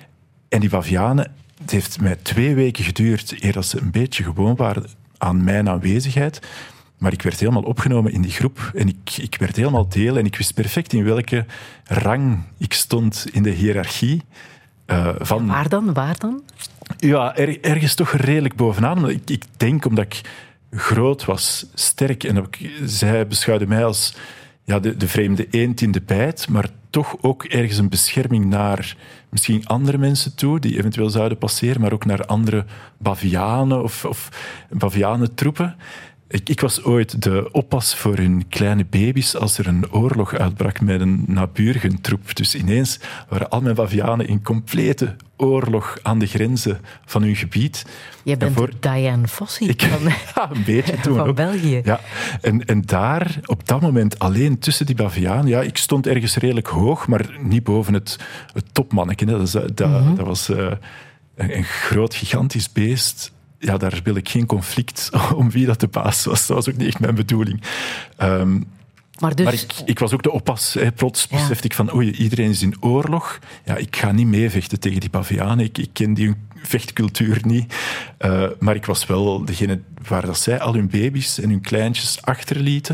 En die bavianen, het heeft mij twee weken geduurd eer dat ze een beetje gewoon waren aan mijn aanwezigheid. Maar ik werd helemaal opgenomen in die groep en ik, ik werd helemaal deel en ik wist perfect in welke rang ik stond in de hiërarchie. Uh, van... Waar dan? Waar dan? Ja, er, ergens toch redelijk bovenaan. Ik, ik denk omdat ik groot was, sterk en ik, zij beschouwden mij als ja, de, de vreemde eend in de bijt, maar toch ook ergens een bescherming naar misschien andere mensen toe die eventueel zouden passeren, maar ook naar andere bavianen of, of bavianentroepen. Ik, ik was ooit de oppas voor hun kleine baby's als er een oorlog uitbrak met een naburige troep. Dus ineens waren al mijn bavianen in complete oorlog aan de grenzen van hun gebied. Jij bent voor... Diane Fossey ik, van, ja, een beetje toen van ook. België. Ja. En, en daar, op dat moment, alleen tussen die bavianen... Ja, ik stond ergens redelijk hoog, maar niet boven het, het topmanneke. Dat, dat, mm-hmm. dat was uh, een, een groot, gigantisch beest... Ja, daar wil ik geen conflict om wie dat de baas was. Dat was ook niet echt mijn bedoeling. Um, maar dus... maar ik, ik was ook de oppas. Hè. Plots ja. besefte ik van, oei, iedereen is in oorlog. Ja, ik ga niet meevechten tegen die bavianen. Ik, ik ken die vechtcultuur niet. Uh, maar ik was wel degene waar dat zij al hun baby's en hun kleintjes achterlieten.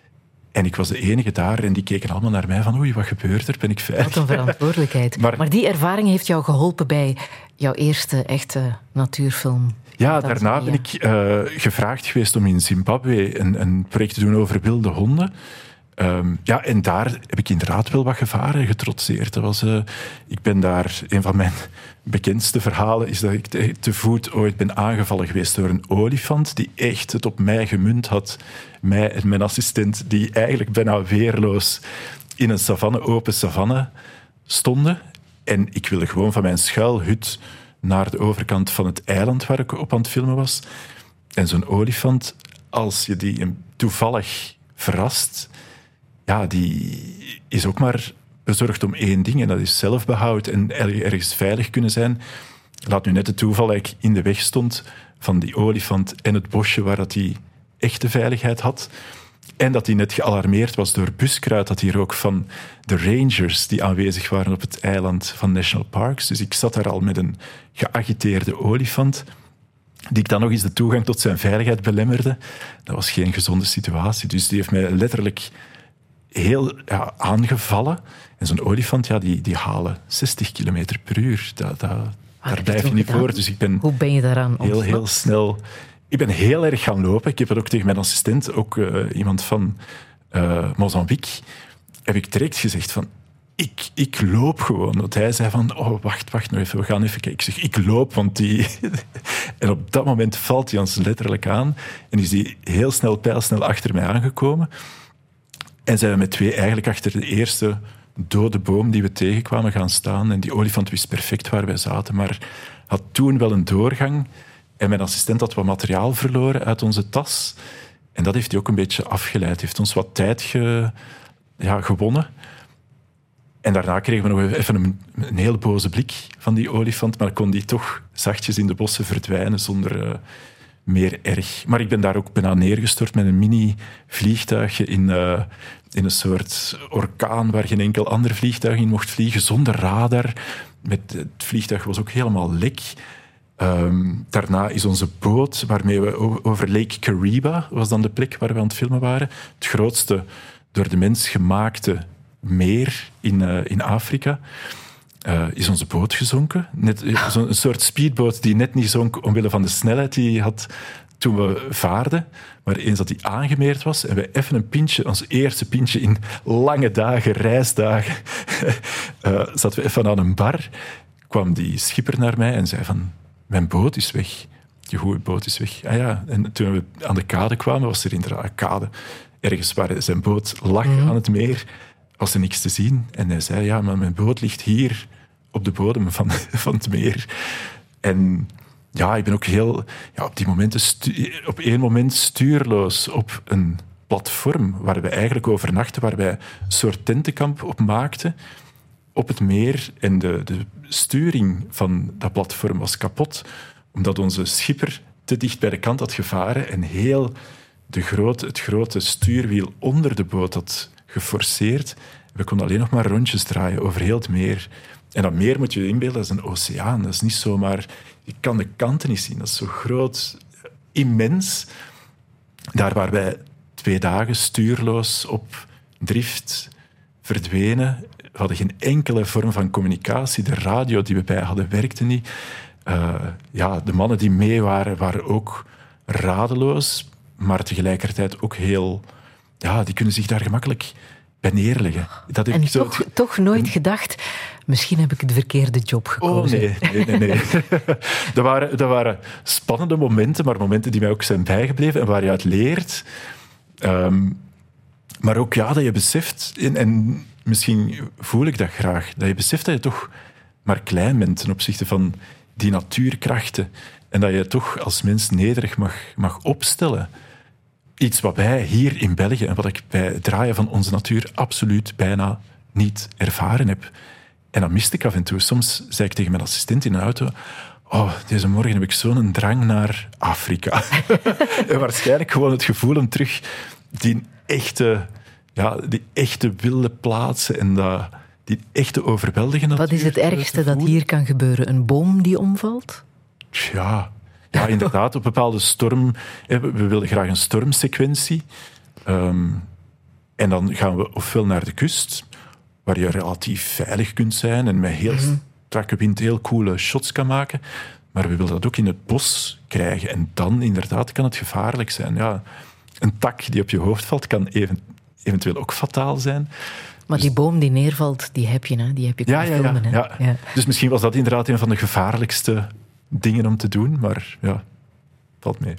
En ik was de enige daar en die keken allemaal naar mij van oei, wat gebeurt er? Ben ik veilig? Wat een verantwoordelijkheid. maar, maar die ervaring heeft jou geholpen bij jouw eerste echte natuurfilm. Ja, daarna ben ik uh, gevraagd geweest om in Zimbabwe een, een project te doen over wilde honden. Um, ja, en daar heb ik inderdaad wel wat gevaren getrotseerd. Dat was, uh, ik ben daar, een van mijn bekendste verhalen is dat ik te, te voet ooit ben aangevallen geweest door een olifant die echt het op mij gemunt had. Mij en mijn assistent, die eigenlijk bijna weerloos in een savanne, open savanne stonden. En ik wilde gewoon van mijn schuilhut naar de overkant van het eiland waar ik op aan het filmen was. En zo'n olifant, als je die toevallig verrast, ja, die is ook maar bezorgd om één ding, en dat is zelfbehoud en ergens veilig kunnen zijn. Laat nu net het toeval dat ik in de weg stond van die olifant en het bosje waar dat die echte veiligheid had. En dat hij net gealarmeerd was door buskruid, dat hier ook van de rangers die aanwezig waren op het eiland van National Parks. Dus ik zat daar al met een geagiteerde olifant, die ik dan nog eens de toegang tot zijn veiligheid belemmerde. Dat was geen gezonde situatie. Dus die heeft mij letterlijk heel ja, aangevallen. En zo'n olifant, ja, die, die halen zestig kilometer per uur. Dat, dat, daar blijf je niet gedaan? voor. Dus ik ben Hoe ben je daaraan heel, heel snel... Ik ben heel erg gaan lopen. Ik heb dat ook tegen mijn assistent, ook uh, iemand van uh, Mozambique, heb ik direct gezegd van, ik, ik loop gewoon. Want hij zei van, oh, wacht, wacht nog even, we gaan even kijken. Ik zeg, ik loop, want die... En op dat moment valt hij ons letterlijk aan en is hij heel snel, pijlsnel achter mij aangekomen. En zijn we met twee eigenlijk achter de eerste dode boom die we tegenkwamen gaan staan. En die olifant wist perfect waar wij zaten, maar had toen wel een doorgang. En mijn assistent had wat materiaal verloren uit onze tas. En dat heeft hij ook een beetje afgeleid. Heeft ons wat tijd ge, ja, gewonnen. En daarna kregen we nog even een, een heel boze blik van die olifant. Maar kon die toch zachtjes in de bossen verdwijnen zonder uh, meer erg. Maar ik ben daar ook bijna neergestort met een mini-vliegtuigje in, uh, in een soort orkaan waar geen enkel ander vliegtuig in mocht vliegen. Zonder radar. Met, het vliegtuig was ook helemaal lek. Um, daarna is onze boot, waarmee we over Lake Kariba, was dan de plek waar we aan het filmen waren, het grootste door de mens gemaakte meer in, uh, in Afrika, uh, is onze boot gezonken. Net, zo'n een soort speedboot die net niet zonk omwille van de snelheid die hij had toen we vaarden. Maar eens dat hij aangemeerd was en we even een pintje, ons eerste pintje in lange dagen, reisdagen, uh, zaten we even aan een bar, kwam die schipper naar mij en zei van... Mijn boot is weg. je goede boot is weg. Ah ja, en toen we aan de kade kwamen, was er inderdaad een kade. Ergens waar zijn boot lag mm. aan het meer, was er niks te zien. En hij zei, ja, maar mijn boot ligt hier op de bodem van, van het meer. En ja, ik ben ook heel... Ja, op die momenten, stu- op één moment stuurloos op een platform waar we eigenlijk overnachten, waar wij een soort tentenkamp op maakten, op het meer. En de, de sturing van dat platform was kapot, omdat onze schipper te dicht bij de kant had gevaren en heel de grote, het grote stuurwiel onder de boot had geforceerd. We konden alleen nog maar rondjes draaien over heel het meer. En dat meer moet je je inbeelden, dat is een oceaan. Dat is niet zomaar... Je kan de kanten niet zien. Dat is zo groot, immens. Daar waar wij twee dagen stuurloos op drift verdwenen. We hadden geen enkele vorm van communicatie. De radio die we bij hadden werkte niet. Uh, ja, de mannen die mee waren, waren ook radeloos, maar tegelijkertijd ook heel... Ja, die kunnen zich daar gemakkelijk bij neerleggen. Dat heb en ik zo toch, het... toch nooit gedacht, misschien heb ik de verkeerde job gekozen. Oh, nee, nee, nee. nee. dat, waren, dat waren spannende momenten, maar momenten die mij ook zijn bijgebleven en waar je uit leert. Um, maar ook ja, dat je beseft, en, en misschien voel ik dat graag, dat je beseft dat je toch maar klein bent ten opzichte van die natuurkrachten en dat je toch als mens nederig mag, mag opstellen. Iets wat wij hier in België en wat ik bij het draaien van onze natuur absoluut bijna niet ervaren heb. En dat miste ik af en toe. Soms zei ik tegen mijn assistent in de auto, oh, deze morgen heb ik zo'n drang naar Afrika. En waarschijnlijk gewoon het gevoel om terug die echte, ja, die echte wilde plaatsen en dat, die echte overweldigende natuur. Wat is het ergste dat hier kan gebeuren? Een boom die omvalt? Ja, ja inderdaad. Op bepaalde storm... We willen graag een stormsequentie. Um, en dan gaan we ofwel naar de kust, waar je relatief veilig kunt zijn en met heel mm-hmm. strakke wind heel coole shots kan maken. Maar we willen dat ook in het bos krijgen. En dan inderdaad kan het gevaarlijk zijn. Ja, een tak die op je hoofd valt kan even, eventueel ook fataal zijn. Maar dus, die boom die neervalt, die heb je, hè? Die heb je ja, kunnen ja, filmen. Ja, hè? ja. Ja. Dus misschien was dat inderdaad een van de gevaarlijkste dingen om te doen. Maar ja, valt mee.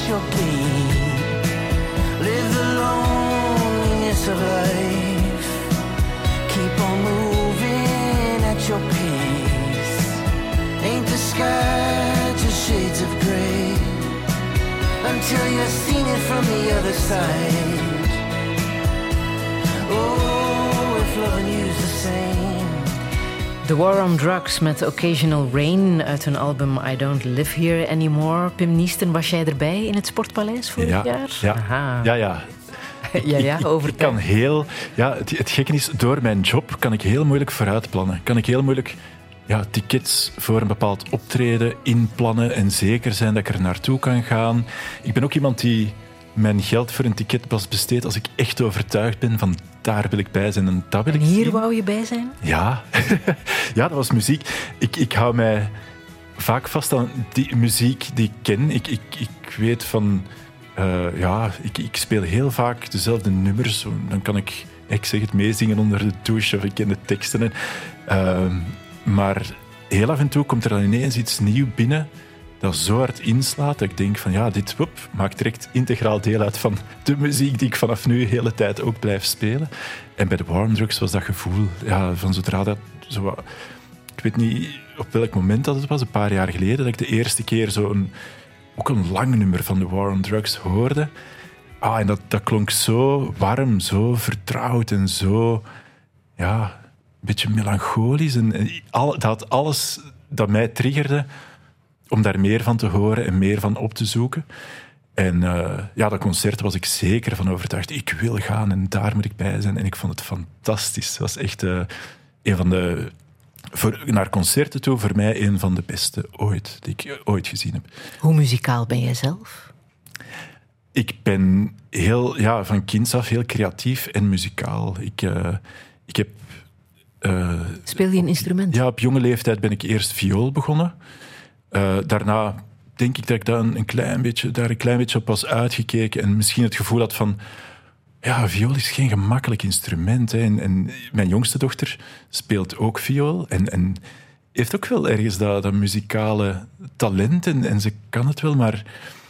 at your gate. Live the loneliness of life. Keep on moving at your pace. Ain't the sky just shades of grey until you've seen it from the other side. Oh, if loving you's the same. The War on Drugs met Occasional Rain uit hun album I Don't Live Here Anymore. Pim Niesten, was jij erbij in het Sportpaleis vorig ja, jaar? Ja, Aha. ja, ja. ja, ja, over ik, ik kan heel... Ja, het, het gekke is, door mijn job kan ik heel moeilijk vooruitplannen. Kan ik heel moeilijk ja, tickets voor een bepaald optreden inplannen en zeker zijn dat ik er naartoe kan gaan. Ik ben ook iemand die mijn geld voor een ticket pas besteedt als ik echt overtuigd ben van daar wil ik bij zijn en dat wil ik en hier zien. wou je bij zijn? Ja, ja, dat was muziek. Ik, ik hou mij vaak vast aan die muziek die ik ken. Ik, ik, ik weet van... Uh, ja, ik, ik speel heel vaak dezelfde nummers. Dan kan ik, ik zeg het, meezingen onder de douche of ik ken de teksten. Uh, maar heel af en toe komt er dan ineens iets nieuws binnen dat zo hard inslaat dat ik denk van ja, dit wop, maakt direct integraal deel uit van de muziek die ik vanaf nu de hele tijd ook blijf spelen. En bij de War on Drugs was dat gevoel ja, van zodra dat... Zo, ik weet niet op welk moment dat het was, een paar jaar geleden, dat ik de eerste keer zo'n ook een lang nummer van de War on Drugs hoorde. Ah, en dat, dat klonk zo warm, zo vertrouwd en zo... Ja, een beetje melancholisch. En, en al, dat had alles dat mij triggerde om daar meer van te horen en meer van op te zoeken. En uh, ja, dat concert was ik zeker van overtuigd. Ik wil gaan en daar moet ik bij zijn. En ik vond het fantastisch. Het was echt uh, een van de... Voor, naar concerten toe, voor mij een van de beste ooit, die ik ooit gezien heb. Hoe muzikaal ben jij zelf? Ik ben heel, ja, van kinds af heel creatief en muzikaal. Ik, uh, ik heb... Uh, Speel je een instrument? Ja, op jonge leeftijd ben ik eerst viool begonnen. Uh, daarna denk ik dat ik daar een klein beetje, daar een klein beetje op was uitgekeken en misschien het gevoel had van... Ja, viool is geen gemakkelijk instrument. Hè. En, en mijn jongste dochter speelt ook viool. En, en heeft ook wel ergens dat, dat muzikale talent. En, en ze kan het wel, maar...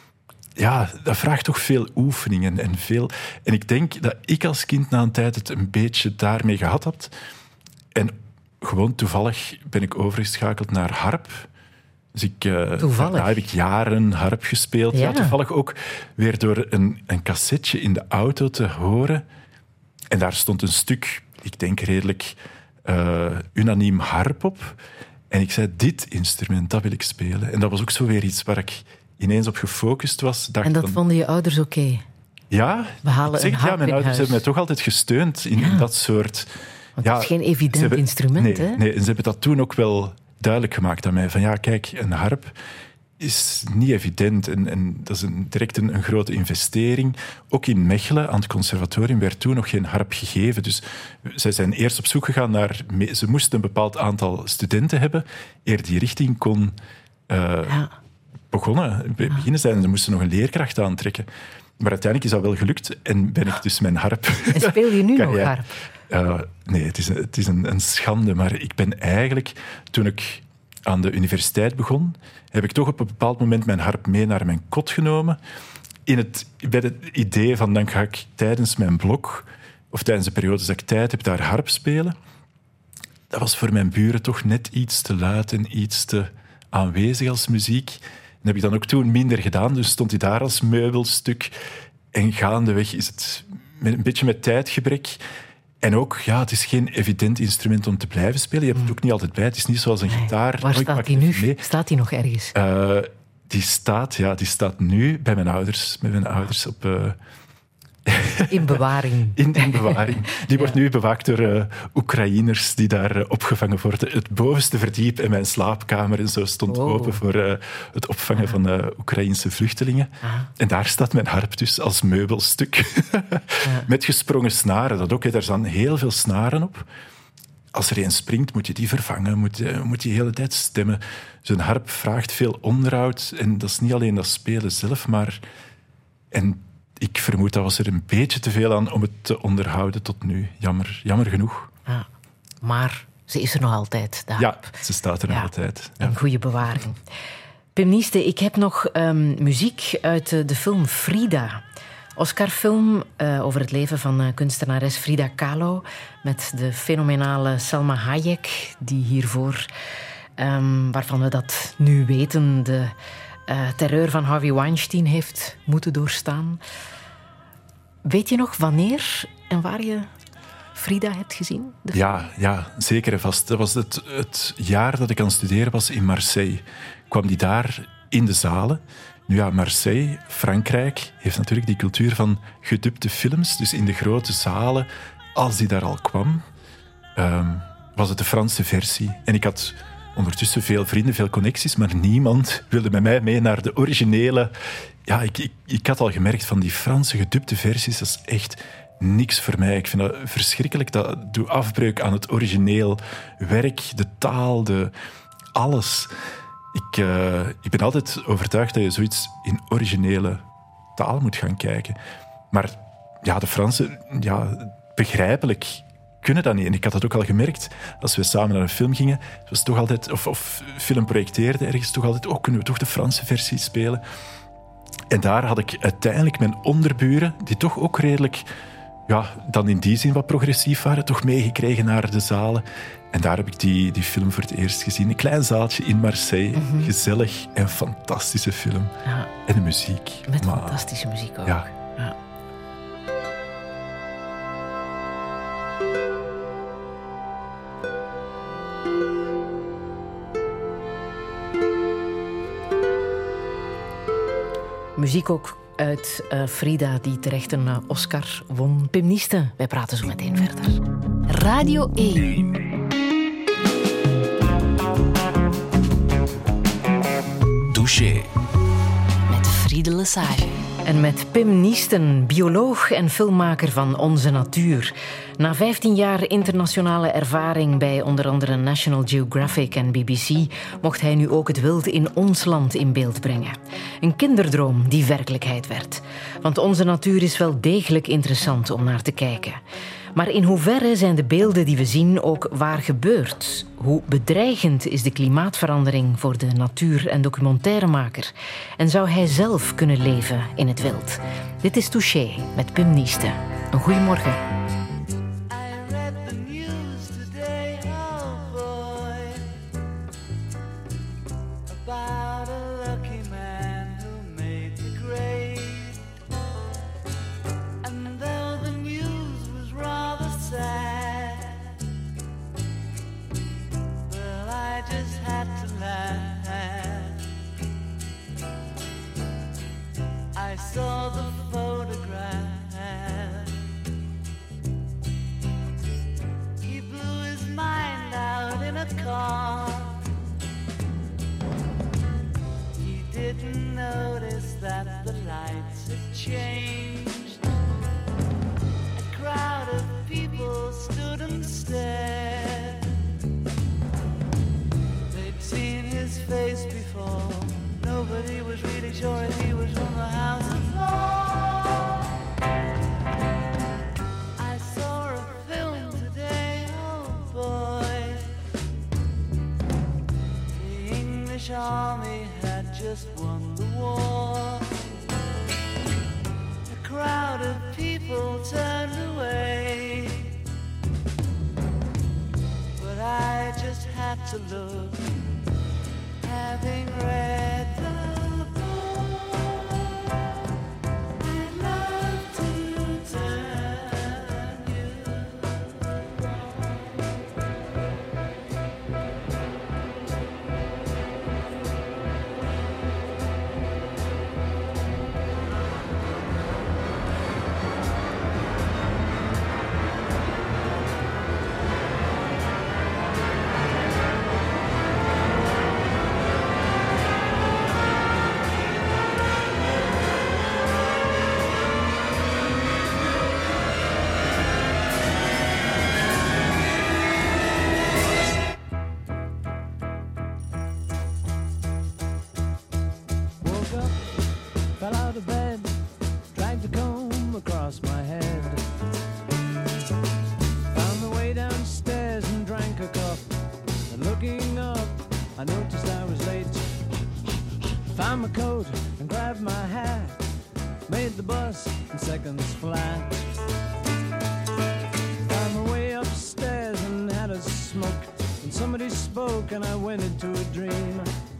Ja, dat vraagt toch veel oefening en, en veel... En ik denk dat ik als kind na een tijd het een beetje daarmee gehad had. En gewoon toevallig ben ik overgeschakeld naar harp. Dus ik, uh, toevallig? Daar heb ik jaren harp gespeeld. Ja. Ja, toevallig ook weer door een, een cassetje in de auto te horen. En daar stond een stuk, ik denk redelijk uh, unaniem harp op. En ik zei, dit instrument, dat wil ik spelen. En dat was ook zo weer iets waar ik ineens op gefocust was. Dacht en dat dan, vonden je ouders oké? Okay? Ja, we halen zeg, een harp ja, mijn in ouders huis. hebben mij toch altijd gesteund in, ja. in dat soort... Want ja, het is geen evident hebben, instrument, nee, hè? Nee, en ze hebben dat toen ook wel duidelijk gemaakt aan mij. Van ja, kijk, een harp is niet evident. En, en dat is een, direct een, een grote investering. Ook in Mechelen, aan het conservatorium, werd toen nog geen harp gegeven. Dus zij zijn eerst op zoek gegaan naar... Ze moesten een bepaald aantal studenten hebben, eer die richting kon uh, ja. begonnen, beginnen zijn. Ze moesten nog een leerkracht aantrekken. Maar uiteindelijk is dat wel gelukt en ben ik dus mijn harp... En speel je nu nog harp? Uh, nee, het is, het is een, een schande, maar ik ben eigenlijk... Toen ik aan de universiteit begon, heb ik toch op een bepaald moment mijn harp mee naar mijn kot genomen. In het, bij het idee van, dan ga ik tijdens mijn blok, of tijdens de periodes dat ik tijd heb, daar harp spelen. Dat was voor mijn buren toch net iets te luid en iets te aanwezig als muziek. Dat heb ik dan ook toen minder gedaan, dus stond hij daar als meubelstuk. En gaandeweg is het met, een beetje met tijdgebrek... En ook, ja, het is geen evident instrument om te blijven spelen. Je hebt het ook niet altijd bij. Het is niet zoals een nee. gitaar. Waar staat die nu? Mee. Staat die nog ergens? Uh, die, staat, ja, die staat nu bij mijn ouders. Met mijn ouders op... Uh... In bewaring. In, in bewaring. Die ja. wordt nu bewaakt door uh, Oekraïners die daar uh, opgevangen worden. Het bovenste verdiep in mijn slaapkamer en zo stond oh. open voor uh, het opvangen ah. van uh, Oekraïnse vluchtelingen. Ah. En daar staat mijn harp dus als meubelstuk. ja. Met gesprongen snaren. Dat ook, hè. Daar staan heel veel snaren op. Als er een springt, moet je die vervangen. Moet je, moet je de hele tijd stemmen. Zo'n harp vraagt veel onderhoud. En dat is niet alleen dat spelen zelf, maar... En ik vermoed dat was er een beetje te veel aan om het te onderhouden tot nu. Jammer, jammer genoeg. Ja, maar ze is er nog altijd, de harp. Ja, ze staat er nog ja, altijd. Ja. In goede bewaring. Pim Nieste, ik heb nog um, muziek uit uh, de film Frida. Oscarfilm uh, over het leven van uh, kunstenares Frida Kahlo met de fenomenale Salma Hayek, die hiervoor, um, waarvan we dat nu weten, de uh, terreur van Harvey Weinstein heeft moeten doorstaan. Weet je nog wanneer en waar je Frida hebt gezien? Ja, ja, zeker en vast. Dat was het, het jaar dat ik aan het studeren was in Marseille. Kwam die daar in de zalen. Nu ja, Marseille, Frankrijk, heeft natuurlijk die cultuur van gedubte films. Dus in de grote zalen, als die daar al kwam, um, was het de Franse versie. En ik had ondertussen veel vrienden, veel connecties, maar niemand wilde met mij mee naar de originele. Ja, ik, ik, ik had al gemerkt van die Franse gedubte versies, dat is echt niks voor mij. Ik vind dat verschrikkelijk. Dat doet afbreuk aan het origineel werk, de taal, de, alles. Ik, uh, ik ben altijd overtuigd dat je zoiets in originele taal moet gaan kijken. Maar ja, de Fransen, ja, begrijpelijk kunnen dat niet. En ik had dat ook al gemerkt. Als we samen naar een film gingen, het was toch altijd, of, of film projecteerden ergens, toch altijd, oh, kunnen we toch de Franse versie spelen? En daar had ik uiteindelijk mijn onderburen, die toch ook redelijk, ja, dan in die zin wat progressief waren, toch meegekregen naar de zalen. En daar heb ik die, die film voor het eerst gezien. Een klein zaaltje in Marseille. Mm-hmm. Gezellig en fantastische film. Ja. En de muziek. Met maar, fantastische muziek ook. Ja. Ja. Muziek ook uit uh, Frida, die terecht een uh, Oscar won. Pim Nieste, wij praten zo meteen verder. Radio één. Douché. Met Friede Lesage. En met Pim Niesten, bioloog en filmmaker van Onze Natuur. Na vijftien jaar internationale ervaring bij onder andere National Geographic en B B C mocht hij nu ook het wild in ons land in beeld brengen. Een kinderdroom die werkelijkheid werd. Want onze natuur is wel degelijk interessant om naar te kijken. Maar in hoeverre zijn de beelden die we zien ook waar gebeurt? Hoe bedreigend is de klimaatverandering voor de natuur- en documentairemaker? En zou hij zelf kunnen leven in het wild? Dit is Touché met Pim Nieste. Een goeiemorgen. I saw the photograph. He blew his mind out in a car. He didn't notice that the lights had changed. A crowd of people stood and stared. They'd seen his face before. Nobody was really sure if he was from the House of Lords. I saw a film today, oh boy. The English army had just won the war. A crowd of people turned away, but I just had to look. Having read the book, I'd love to turn you coat and grabbed my hat. Made the bus in seconds flat. Found my way upstairs and had a smoke. And somebody spoke and I went into a dream.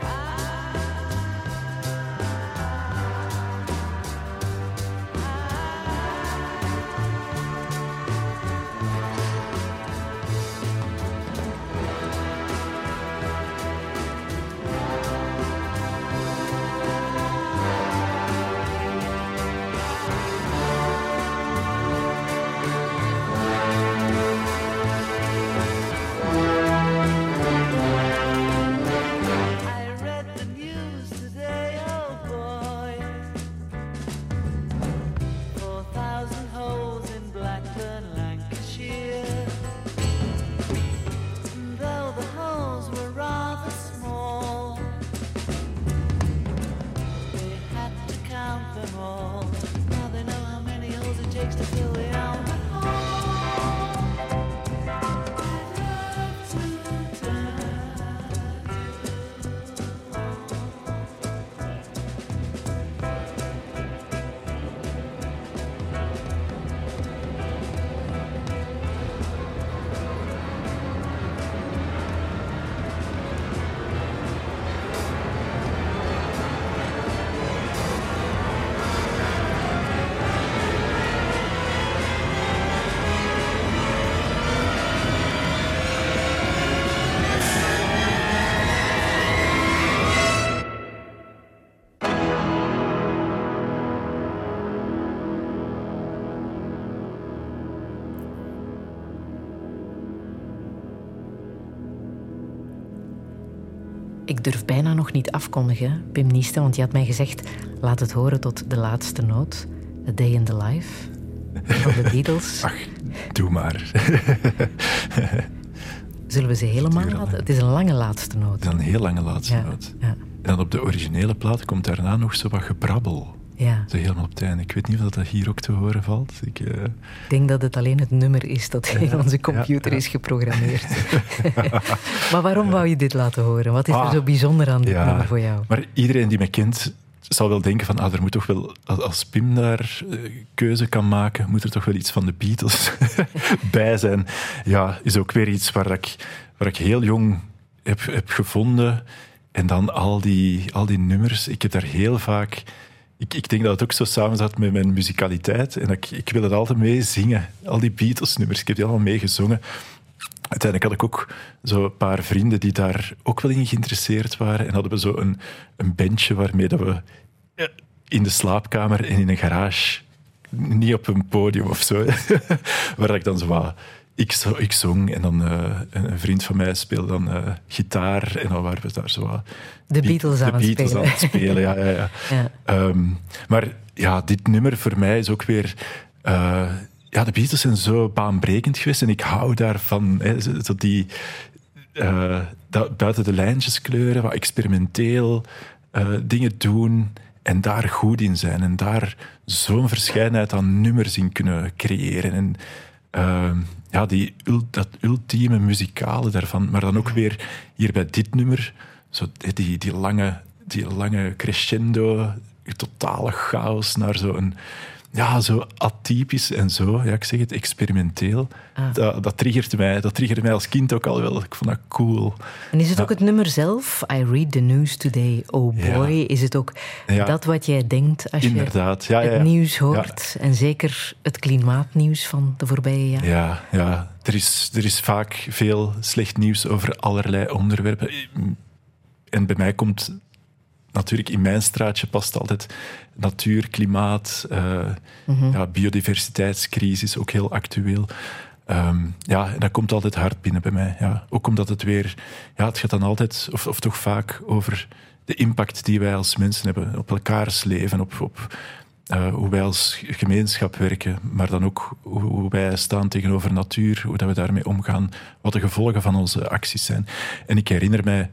Ik durf bijna nog niet afkondigen, Pim Nieste, want je had mij gezegd, laat het horen tot de laatste noot. A Day in the Life van de Beatles. Ach, doe maar. Zullen we ze helemaal laten? Het is een lange laatste noot. Het is een heel lange laatste ja, noot. Ja. En dan op de originele plaat komt daarna nog zo wat gebrabbel. Ja. Zo helemaal op het einde. Ik weet niet of dat hier ook te horen valt. Ik, uh... Ik denk dat het alleen het nummer is dat ja, in onze computer ja, ja. is geprogrammeerd. Maar waarom wou je dit laten horen? Wat is ah, er zo bijzonder aan dit ja, nummer voor jou? Maar iedereen die me kent zal wel denken van, ah, er moet toch wel, als Pim daar uh, keuze kan maken, moet er toch wel iets van de Beatles bij zijn. Ja, is ook weer iets waar ik, waar ik heel jong heb, heb gevonden. En dan al die, al die nummers. Ik heb daar heel vaak... Ik, ik denk dat het ook zo samen zat met mijn muzikaliteit. En ik, ik wil het altijd mee zingen. Al die Beatles-nummers, ik heb die allemaal meegezongen. Uiteindelijk had ik ook zo een paar vrienden die daar ook wel in geïnteresseerd waren. En hadden we zo een, een bandje waarmee dat we in de slaapkamer en in een garage, niet op een podium of zo, waar ik dan zo wat... Ik, zo, ik zong en dan uh, een vriend van mij speelde dan uh, gitaar en dan waren we daar zo wat... De Beatles, de aan, Beatles het spelen. aan het spelen. Ja, ja, ja. ja. Um, maar ja, dit nummer voor mij is ook weer... Uh, ja, de Beatles zijn zo baanbrekend geweest en ik hou daarvan. Hè, zo die, uh, dat, buiten de lijntjes kleuren, wat experimenteel uh, dingen doen en daar goed in zijn. En daar zo'n verscheidenheid aan nummers in kunnen creëren. En uh, ja, die, dat ultieme muzikale daarvan. Maar dan ook weer hier bij dit nummer, zo die, die, lange, die lange crescendo, totale chaos naar zo'n... Ja, zo atypisch en zo. Ja, ik zeg het, experimenteel. Ah. Dat, dat, triggert mij, dat triggerde mij als kind ook al wel. Ik vond dat cool. En is het ja. ook het nummer zelf? I read the news today, oh boy. Ja. Is het ook ja. dat wat jij denkt als Inderdaad. je ja, ja, ja. het nieuws hoort? Ja. En zeker het klimaatnieuws van de voorbije jaren? Ja, ja. Er, is, er is vaak veel slecht nieuws over allerlei onderwerpen. En bij mij komt... Natuurlijk, in mijn straatje past altijd natuur, klimaat, uh, mm-hmm. ja, biodiversiteitscrisis, ook heel actueel. Um, ja, en dat komt altijd hard binnen bij mij. Ja. Ook omdat het weer... Ja, het gaat dan altijd, of, of toch vaak, over de impact die wij als mensen hebben op elkaars leven, op, op uh, hoe wij als gemeenschap werken, maar dan ook hoe, hoe wij staan tegenover natuur, hoe dat we daarmee omgaan, wat de gevolgen van onze acties zijn. En ik herinner mij...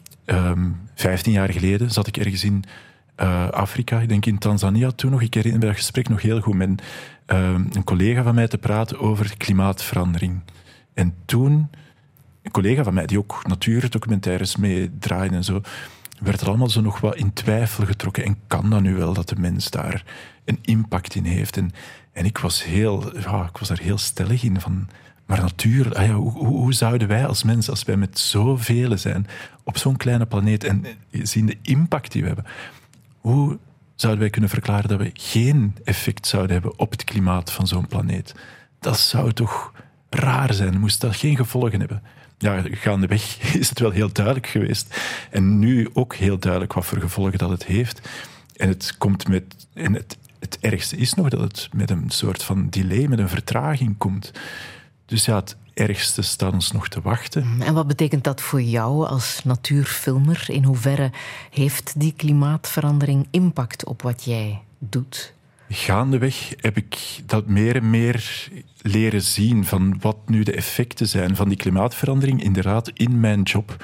Um, vijftien jaar geleden zat ik ergens in uh, Afrika, ik denk in Tanzania toen nog. Ik herinner me dat gesprek nog heel goed met um, een collega van mij te praten over klimaatverandering. En toen, een collega van mij die ook natuurdocumentaires meedraaide en zo, werd er allemaal zo nog wat in twijfel getrokken. En kan dat nu wel dat de mens daar een impact in heeft? En, en ik was heel, ja, ik was daar heel stellig in van... Maar natuur, ah ja, hoe, hoe, hoe zouden wij als mens, als wij met zoveel zijn, op zo'n kleine planeet en zien de impact die we hebben, hoe zouden wij kunnen verklaren dat we geen effect zouden hebben op het klimaat van zo'n planeet? Dat zou toch raar zijn, moest dat geen gevolgen hebben? Ja, gaandeweg is het wel heel duidelijk geweest. En nu ook heel duidelijk wat voor gevolgen dat het heeft. En het komt met... En het, het ergste is nog dat het met een soort van delay, met een vertraging komt. Dus ja, het ergste staat ons nog te wachten. En wat betekent dat voor jou als natuurfilmer? In hoeverre heeft die klimaatverandering impact op wat jij doet? Gaandeweg heb ik dat meer en meer leren zien van wat nu de effecten zijn van die klimaatverandering, inderdaad, in mijn job.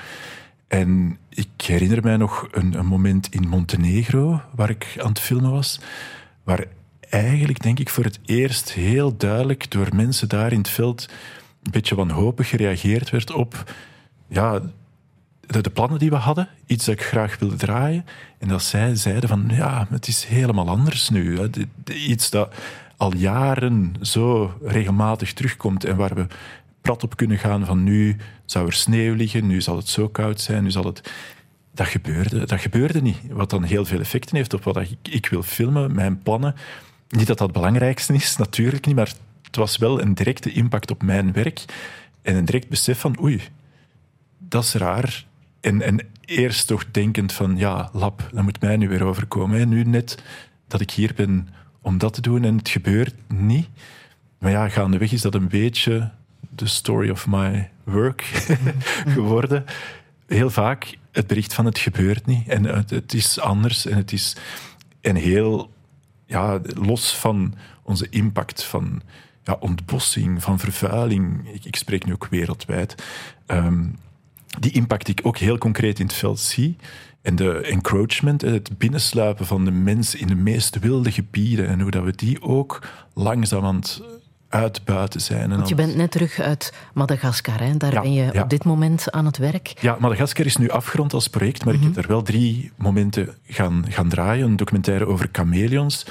En ik herinner mij nog een, een moment in Montenegro, waar ik aan het filmen was, waar eigenlijk, denk ik, voor het eerst heel duidelijk door mensen daar in het veld een beetje wanhopig gereageerd werd op ja, de, de plannen die we hadden, iets dat ik graag wilde draaien. En dat zij zeiden van, ja, het is helemaal anders nu. Hè. De, de, iets dat al jaren zo regelmatig terugkomt en waar we prat op kunnen gaan van nu zou er sneeuw liggen, nu zal het zo koud zijn, nu zal het... Dat gebeurde, dat gebeurde niet. Wat dan heel veel effecten heeft op wat ik, ik wil filmen, mijn plannen. Niet dat dat het belangrijkste is, natuurlijk niet, maar het was wel een directe impact op mijn werk en een direct besef van oei, dat is raar. En, en eerst toch denkend van ja, lap, dat moet mij nu weer overkomen. En nu net dat ik hier ben om dat te doen en het gebeurt niet. Maar ja, gaandeweg is dat een beetje de story of my work geworden. Heel vaak het bericht van het gebeurt niet en het, het is anders en het is en heel ja, los van onze impact van ja, ontbossing, van vervuiling. Ik, ik spreek nu ook wereldwijd. Um, die impact die ik ook heel concreet in het veld zie. En de encroachment, het binnensluipen van de mens in de meest wilde gebieden en hoe dat we die ook langzaam aan het uitbuiten zijn. Want je bent net terug uit Madagaskar, hè? Daar ja, ben je ja. op dit moment aan het werk. Ja, Madagaskar is nu afgerond als project, maar mm-hmm. ik heb er wel drie momenten gaan, gaan draaien. Een documentaire over chameleons.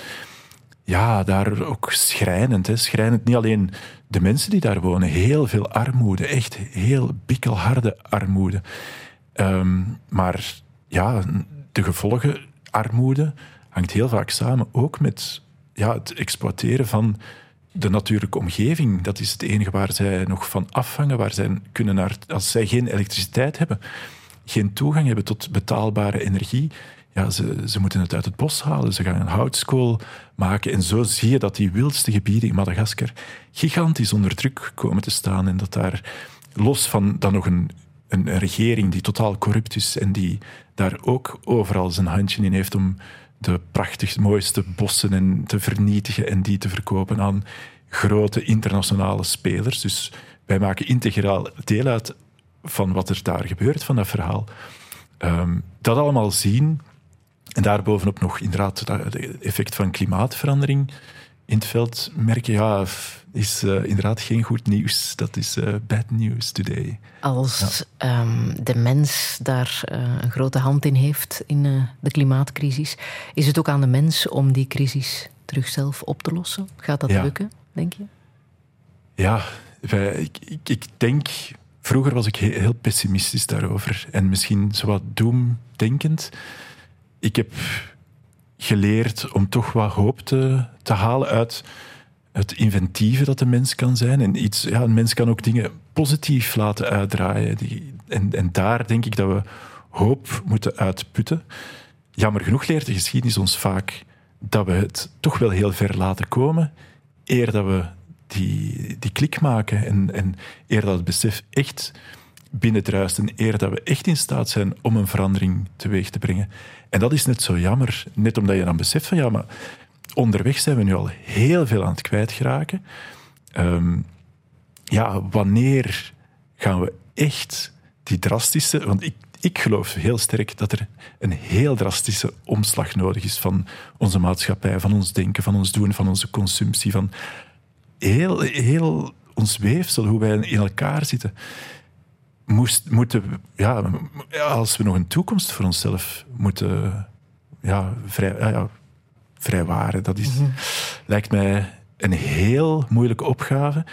Ja, daar ook schrijnend. Hè? Schrijnend niet alleen de mensen die daar wonen. Heel veel armoede. Echt heel bikkelharde armoede. Um, maar ja, de gevolgen armoede hangt heel vaak samen ook met ja, het exploiteren van de natuurlijke omgeving. Dat is het enige waar zij nog van afhangen. Waar zij kunnen naar, als zij geen elektriciteit hebben, geen toegang hebben tot betaalbare energie, ja, ze, ze moeten het uit het bos halen. Ze gaan een houtskool maken. En zo zie je dat die wildste gebieden in Madagaskar gigantisch onder druk komen te staan. En dat daar, los van dan nog een, een, een regering die totaal corrupt is en die daar ook overal zijn handje in heeft om de prachtigste, mooiste bossen en te vernietigen en die te verkopen aan grote internationale spelers. Dus wij maken integraal deel uit van wat er daar gebeurt, van dat verhaal. Um, dat allemaal zien en daarbovenop nog inderdaad het effect van klimaatverandering in het veld merken, ja, is uh, inderdaad geen goed nieuws. Dat is uh, bad news today. Als ja. um, de mens daar uh, een grote hand in heeft in uh, de klimaatcrisis, is het ook aan de mens om die crisis terug zelf op te lossen? Gaat dat ja. lukken, denk je? Ja, wij, ik, ik, ik denk... Vroeger was ik heel, heel pessimistisch daarover en misschien zowat doemdenkend. Ik heb geleerd om toch wat hoop te, te halen uit het inventieve dat de mens kan zijn. En iets, ja, een mens kan ook dingen positief laten uitdraaien. Die, en, en daar denk ik dat we hoop moeten uitputten. Jammer genoeg leert de geschiedenis ons vaak dat we het toch wel heel ver laten komen, eer dat we die, die klik maken en, en eer dat het besef echt binnendruist en eer dat we echt in staat zijn om een verandering teweeg te brengen. En dat is net zo jammer, net omdat je dan beseft van ja, maar onderweg zijn we nu al heel veel aan het kwijtgeraken. Um, ja, wanneer gaan we echt die drastische... Want ik, ik geloof heel sterk dat er een heel drastische omslag nodig is van onze maatschappij, van ons denken, van ons doen, van onze consumptie, van heel, heel ons weefsel, hoe wij in elkaar zitten. moest, moeten, ja, als we nog een toekomst voor onszelf moeten ja, vrij, ja, vrijwaren, dat is, mm-hmm. lijkt mij een heel moeilijke opgave.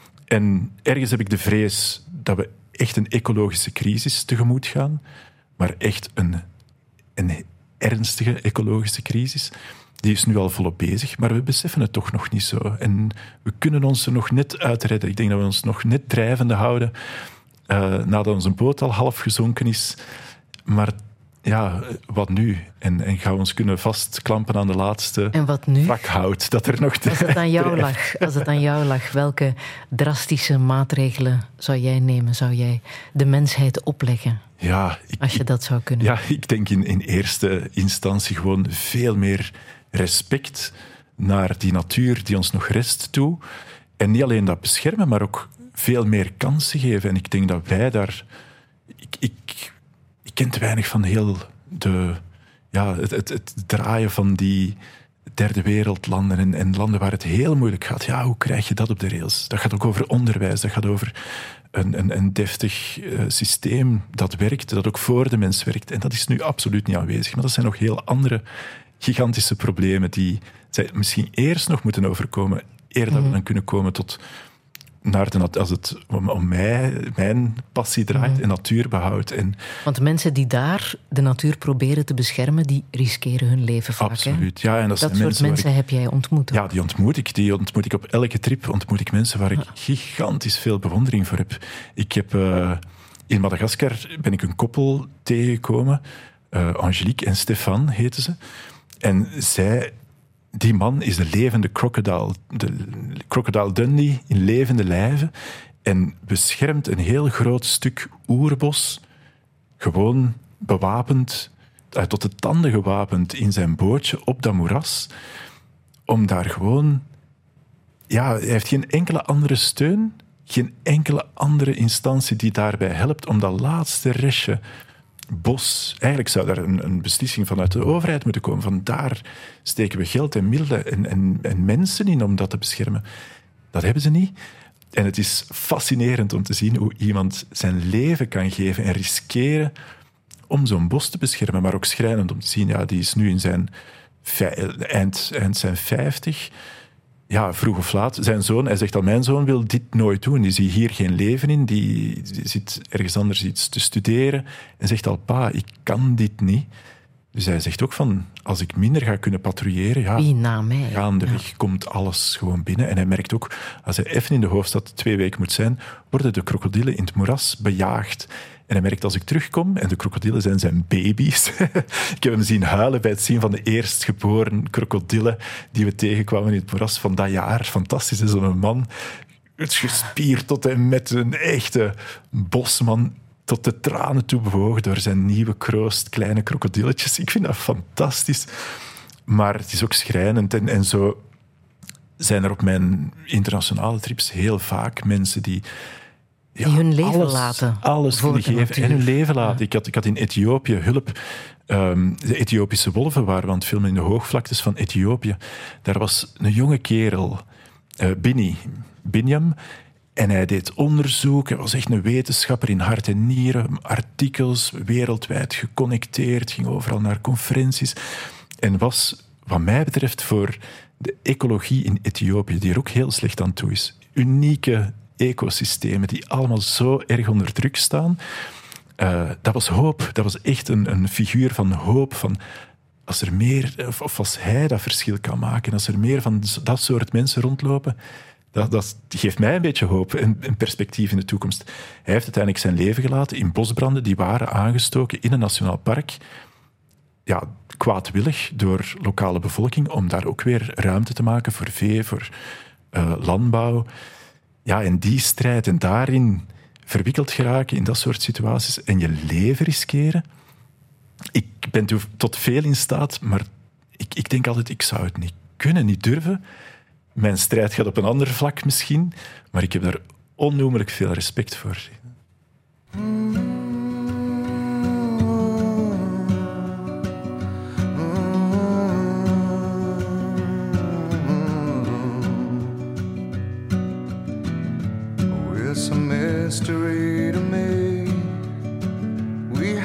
En ergens heb ik de vrees dat we echt een ecologische crisis tegemoet gaan, maar echt een, een ernstige ecologische crisis. Die is nu al volop bezig, maar we beseffen het toch nog niet zo. En we kunnen ons er nog net uitredden. Ik denk dat we ons nog net drijvende houden uh, nadat onze boot al half gezonken is. Maar ja, wat nu? En, en gaan we ons kunnen vastklampen aan de laatste en wat nu? Wrakhout dat er nog als het aan jou lag, Als het aan jou lag, welke drastische maatregelen zou jij nemen? Zou jij de mensheid opleggen? Ja, ik, als je dat zou kunnen. Ja, ik denk in, in eerste instantie gewoon veel meer respect naar die natuur die ons nog rest toe. En niet alleen dat beschermen, maar ook veel meer kansen geven. En ik denk dat wij daar... Ik, ik, ik ken te weinig van heel de, ja, het, het, het draaien van die derde wereldlanden en, en landen waar het heel moeilijk gaat. Ja, hoe krijg je dat op de rails? Dat gaat ook over onderwijs, dat gaat over een, een, een deftig uh, systeem dat werkt, dat ook voor de mens werkt. En dat is nu absoluut niet aanwezig. Maar dat zijn nog heel andere gigantische problemen die zij misschien eerst nog moeten overkomen, eer dat mm-hmm. we dan kunnen komen tot naar de nat- als het om, om mij, mijn passie draait mm-hmm. en natuurbehoud. En want mensen die daar de natuur proberen te beschermen, die riskeren hun leven vaak. Absoluut, ja. En dat, dat soort mensen, mensen ik, heb jij ontmoet. Ja, die ontmoet ik. Die ontmoet ik op elke trip. Ontmoet ik mensen waar ik ja. gigantisch veel bewondering voor heb. Ik heb uh, in Madagaskar ben ik een koppel tegengekomen. Uh, Angelique en Stefan heten ze. En zij... Die man is de levende crocodile, de crocodile Dundee in levende lijven en beschermt een heel groot stuk oerbos, gewoon bewapend, tot de tanden gewapend in zijn bootje op dat moeras, om daar gewoon... Ja, hij heeft geen enkele andere steun, geen enkele andere instantie die daarbij helpt om dat laatste restje bos. Eigenlijk zou daar een, een beslissing vanuit de overheid moeten komen. Van daar steken we geld en middelen en, en, en mensen in om dat te beschermen. Dat hebben ze niet. En het is fascinerend om te zien hoe iemand zijn leven kan geven en riskeren om zo'n bos te beschermen. Maar ook schrijnend om te zien, ja, die is nu in zijn eind, eind zijn vijftig. Ja, vroeg of laat. Zijn zoon, hij zegt al, mijn zoon wil dit nooit doen. Die ziet hier geen leven in. Die, die zit ergens anders iets te studeren. En zegt al, pa, ik kan dit niet. Dus hij zegt ook van, als ik minder ga kunnen patrouilleren, ja, wie na mij? gaandeweg ja. komt alles gewoon binnen. En hij merkt ook, als hij even in de hoofdstad twee weken moet zijn, worden de krokodillen in het moeras bejaagd. En hij merkt, als ik terugkom, en de krokodillen zijn zijn baby's. Ik heb hem zien huilen bij het zien van de eerstgeboren krokodillen die we tegenkwamen in het moeras van dat jaar. Fantastisch, is zo'n man. Het gespierd tot en met een echte bosman, tot de tranen toe bewogen door zijn nieuwe kroost, kleine krokodilletjes. Ik vind dat fantastisch. Maar het is ook schrijnend. En, en zo zijn er op mijn internationale trips heel vaak mensen die... Ja, die hun leven alles, laten. Alles voor geven natuur. en hun leven laten. Ja. Ik, had, ik had in Ethiopië hulp. Um, de Ethiopische wolven waren we aan het filmen in de hoogvlaktes van Ethiopië. Daar was een jonge kerel, uh, Bini, Binyam, en hij deed onderzoek. Hij was echt een wetenschapper in hart en nieren. Artikels, wereldwijd geconnecteerd, ging overal naar conferenties. En was, wat mij betreft, voor de ecologie in Ethiopië, die er ook heel slecht aan toe is, unieke ecosystemen die allemaal zo erg onder druk staan. Uh, dat was hoop. Dat was echt een, een figuur van hoop. Van als er meer, of, of als hij dat verschil kan maken, als er meer van dat soort mensen rondlopen, dat, dat geeft mij een beetje hoop en een perspectief in de toekomst. Hij heeft uiteindelijk zijn leven gelaten in bosbranden die waren aangestoken in een nationaal park. Ja, kwaadwillig door lokale bevolking om daar ook weer ruimte te maken voor vee, voor uh, landbouw. Ja, en die strijd en daarin verwikkeld geraken in dat soort situaties en je leven riskeren. Ik ben tot veel in staat, maar ik, ik denk altijd, ik zou het niet kunnen, niet durven. Mijn strijd gaat op een ander vlak misschien, maar ik heb daar onnoemelijk veel respect voor. It's a mystery to me.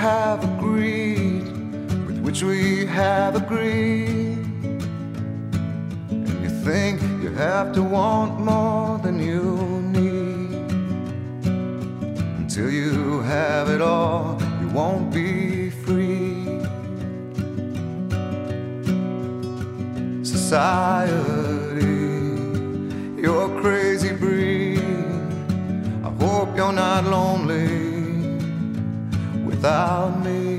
have agreed, with which we have agreed. And you think you have to want more than you need. Until you have it all, you won't be free. Society, you're a crazy breed. I hope you're not lonely without me.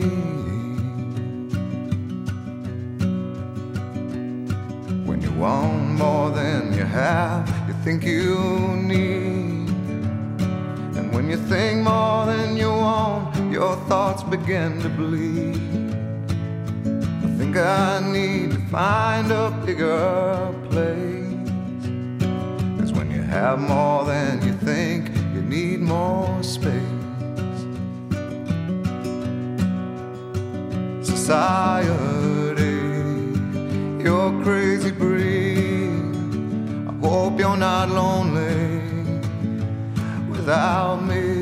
When you want more than you have, you think you need. And when you think more than you want, your thoughts begin to bleed. I think I need to find a bigger place. 'Cause when you have more than you think, you need more space. Society, you're a crazy breed. I hope you're not lonely without me.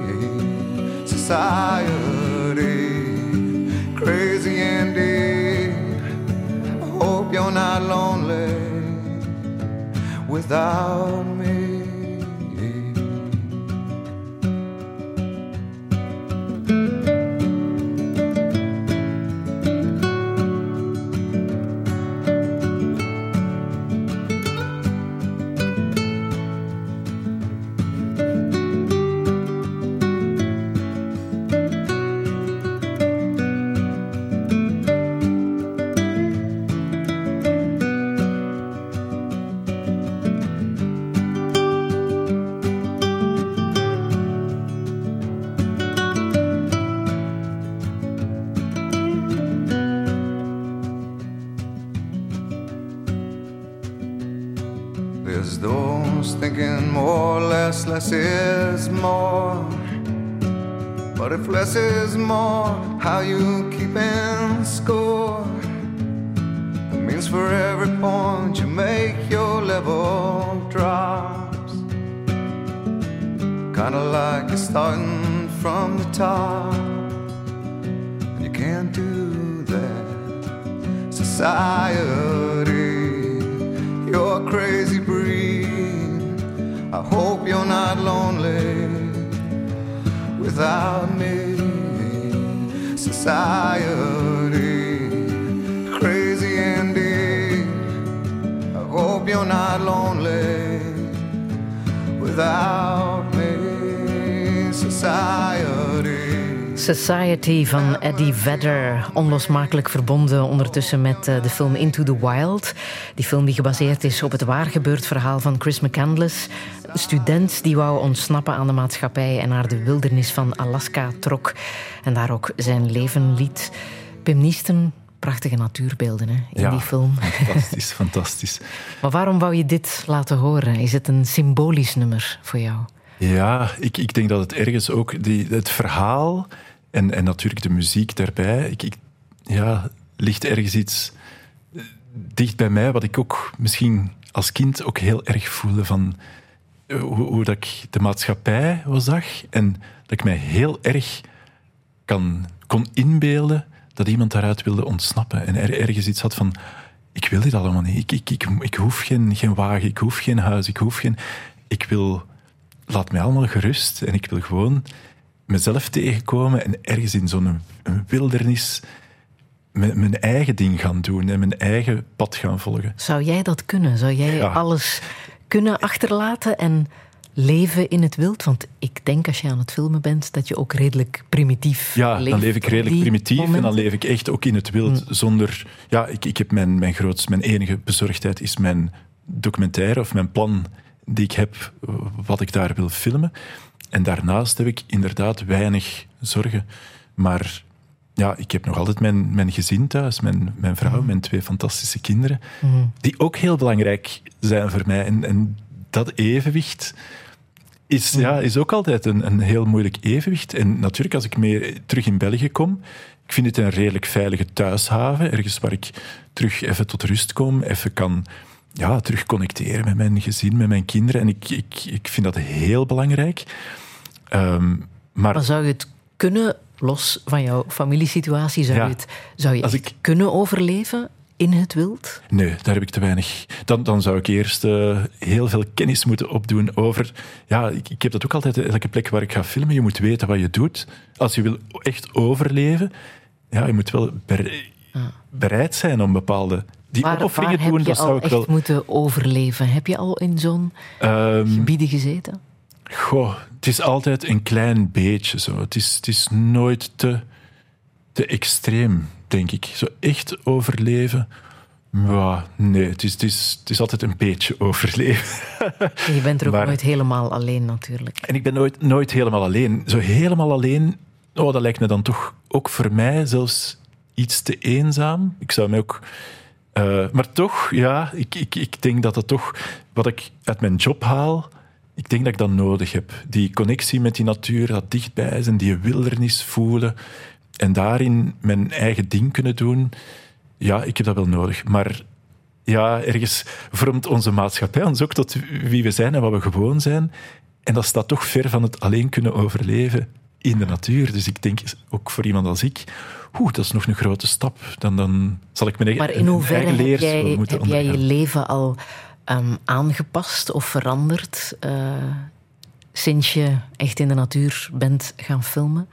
Society, crazy indeed. I hope you're not lonely without me. There's those thinking more, less, less is more. But if less is more, how you keeping score? It means for every point you make, your level drops. Kinda like you're starting from the top, and you can't do that. Society, you're a crazy breed. I hope you're not lonely without me. Society, crazy indeed. I hope you're not lonely without me. Society. Society van Eddie Vedder, onlosmakelijk verbonden ondertussen met uh, de film Into the Wild. Die film die gebaseerd is op het waargebeurd verhaal van Chris McCandless. Een student die wou ontsnappen aan de maatschappij en naar de wildernis van Alaska trok. En daar ook zijn leven liet. Pim Niesten, prachtige natuurbeelden hè, in ja, die film. Fantastisch, fantastisch. Maar waarom wou je dit laten horen? Is het een symbolisch nummer voor jou? Ja, ik, ik denk dat het ergens ook die, het verhaal en, en natuurlijk de muziek daarbij, ik, ik, ja, ligt ergens iets dicht bij mij, wat ik ook misschien als kind ook heel erg voelde van hoe, hoe dat ik de maatschappij zag en dat ik mij heel erg kan, kon inbeelden dat iemand daaruit wilde ontsnappen en er, ergens iets had van ik wil dit allemaal niet, ik, ik, ik, ik hoef geen, geen wagen, ik hoef geen huis, ik hoef geen... Ik wil... Laat mij allemaal gerust en ik wil gewoon mezelf tegenkomen en ergens in zo'n een wildernis mijn, mijn eigen ding gaan doen en mijn eigen pad gaan volgen. Zou jij dat kunnen? Zou jij ja. alles kunnen achterlaten en leven in het wild? Want ik denk als je aan het filmen bent dat je ook redelijk primitief ja, leeft. Ja, dan leef ik redelijk primitief momenten. En dan leef ik echt ook in het wild hmm. zonder... Ja, ik, ik heb mijn, mijn grootste, mijn enige bezorgdheid is mijn documentaire of mijn plan die ik heb, wat ik daar wil filmen. En daarnaast heb ik inderdaad weinig zorgen. Maar ja, ik heb nog altijd mijn, mijn gezin thuis, mijn, mijn vrouw, mm. mijn twee fantastische kinderen, mm. die ook heel belangrijk zijn voor mij. En, en dat evenwicht is, mm. ja, is ook altijd een, een heel moeilijk evenwicht. En natuurlijk, als ik meer terug in België kom, ik vind het een redelijk veilige thuishaven, ergens waar ik terug even tot rust kom, even kan... Ja, terug connecteren met mijn gezin, met mijn kinderen. En ik, ik, ik vind dat heel belangrijk. Um, maar... maar zou je het kunnen los van jouw familiesituatie, zou Ja. je het zou je Als echt ik- kunnen overleven in het wild? Nee, daar heb ik te weinig. Dan, dan zou ik eerst uh, heel veel kennis moeten opdoen over... Ja, ik, ik heb dat ook altijd, elke plek waar ik ga filmen. Je moet weten wat je doet. Als je wil echt overleven, ja, je moet wel ber- bereid zijn om bepaalde... Die Waar, opofferingen waar doen, heb je dat al zou ik echt wel... moeten overleven? Heb je al in zo'n Um, gebieden gezeten? Goh, het is altijd een klein beetje zo. Het is, het is nooit te, te extreem, denk ik. Zo echt overleven... Ja, nee, het is, het, is, het is altijd een beetje overleven. Je bent er ook maar, nooit helemaal alleen natuurlijk. En ik ben nooit, nooit helemaal alleen. Zo helemaal alleen, oh, dat lijkt me dan toch ook voor mij zelfs iets te eenzaam. Ik zou mij ook... Uh, maar toch, ja, ik, ik, ik denk dat dat toch... Wat ik uit mijn job haal, ik denk dat ik dat nodig heb. Die connectie met die natuur, dat dichtbij zijn, die wildernis voelen en daarin mijn eigen ding kunnen doen... Ja, ik heb dat wel nodig. Maar ja, ergens vormt onze maatschappij ons ook tot wie we zijn en wat we gewoon zijn. En dat staat toch ver van het alleen kunnen overleven in de natuur. Dus ik denk, ook voor iemand als ik, oeh, dat is nog een grote stap. Dan, dan zal ik mijn eigen, Maar in hoeverre eigen heb leerschool jij, moeten heb jij je ondergaan. leven al um, aangepast of veranderd uh, sinds je echt in de natuur bent gaan filmen?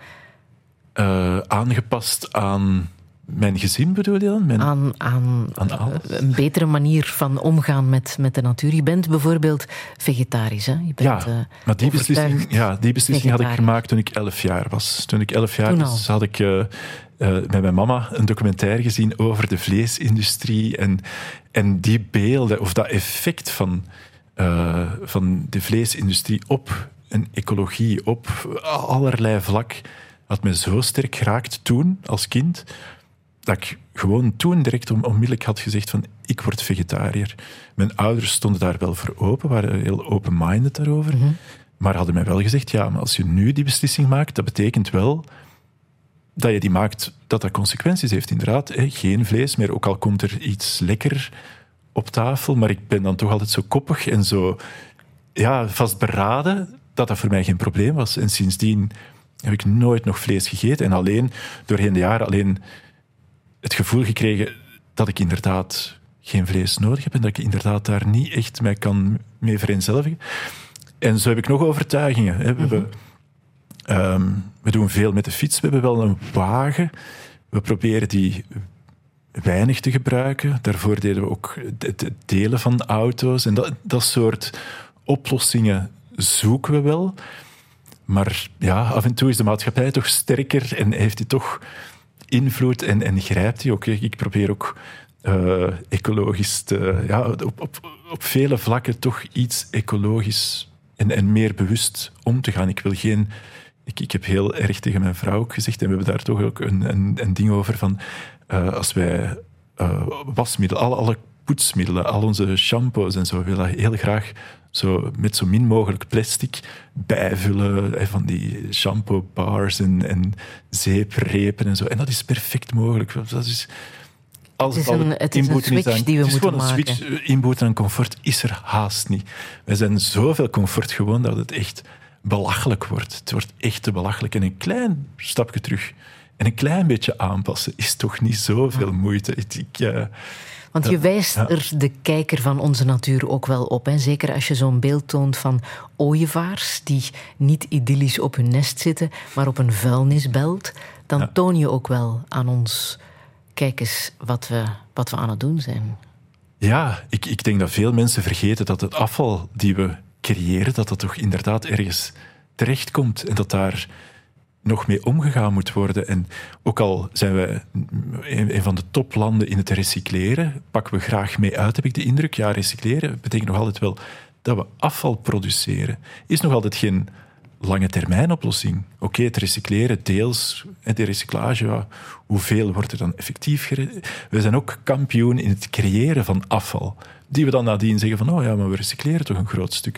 Uh, aangepast aan... Mijn gezin bedoel je dan? Mijn... Aan, aan, aan alles? een betere manier van omgaan met, met de natuur. Je bent bijvoorbeeld vegetarisch, hè? Je bent, ja, uh, maar die beslissing, ja, die beslissing had ik vegetariër. gemaakt toen ik elf jaar was. Toen ik elf jaar Toen was, had ik uh, uh, met mijn mama een documentaire gezien over de vleesindustrie en, en die beelden, of dat effect van, uh, van de vleesindustrie op een ecologie, op allerlei vlak, had me zo sterk geraakt toen, als kind, dat ik gewoon toen direct onmiddellijk had gezegd van ik word vegetariër. Mijn ouders stonden daar wel voor open, waren heel open-minded daarover, Mm-hmm. maar hadden mij wel gezegd, ja, maar als je nu die beslissing maakt, dat betekent wel dat je die maakt, dat dat consequenties heeft, inderdaad. Hè? Geen vlees meer, ook al komt er iets lekker op tafel, maar ik ben dan toch altijd zo koppig en zo ja, vastberaden dat dat voor mij geen probleem was. En sindsdien heb ik nooit nog vlees gegeten en alleen doorheen de jaren alleen het gevoel gekregen dat ik inderdaad geen vlees nodig heb en dat ik inderdaad daar niet echt mee kan mee vereenzelvigen. En zo heb ik nog overtuigingen. Hè. We, hebben, um, we doen veel met de fiets. We hebben wel een wagen. We proberen die weinig te gebruiken. Daarvoor deden we ook het delen van auto's. En dat, dat soort oplossingen zoeken we wel. Maar ja, af en toe is de maatschappij toch sterker en heeft die toch invloed en, en grijpt die ook. Ik probeer ook uh, ecologisch te, ja, op, op, op vele vlakken toch iets ecologisch en, en meer bewust om te gaan. Ik wil geen... Ik, ik heb heel erg tegen mijn vrouw ook gezegd, en we hebben daar toch ook een, een, een ding over van uh, als wij uh, wasmiddelen, alle, alle poetsmiddelen, al onze shampoos en zo, we willen heel graag zo met zo min mogelijk plastic bijvullen, hè, van die shampoo bars en, en zeeprepen en zo. En dat is perfect mogelijk. Dat is, als het is een, het is een switch aan, die we het is moeten gewoon maken. Een switch. Inboeten aan comfort is er haast niet. We zijn zoveel comfort gewoon dat het echt belachelijk wordt. Het wordt echt te belachelijk. En een klein stapje terug en een klein beetje aanpassen is toch niet zoveel moeite. Ik... Uh, Want je wijst ja. er de kijker van onze natuur ook wel op. Hè? Zeker als je zo'n beeld toont van ooievaars die niet idyllisch op hun nest zitten, maar op een vuilnisbelt. Dan ja. toon je ook wel aan ons, kijk eens wat we, wat we aan het doen zijn. Ja, ik, ik denk dat veel mensen vergeten dat het afval die we creëren, dat dat toch inderdaad ergens terechtkomt en dat daar nog mee omgegaan moet worden. En ook al zijn we een van de toplanden in het recycleren, pakken we graag mee uit, heb ik de indruk. Ja, recycleren betekent nog altijd wel dat we afval produceren. Is nog altijd geen lange termijn oplossing. Oké, okay, het recycleren, deels, de recyclage, ja, hoeveel wordt er dan effectief gere... We zijn ook kampioen in het creëren van afval. Die we dan nadien zeggen van, oh ja, maar we recycleren toch een groot stuk.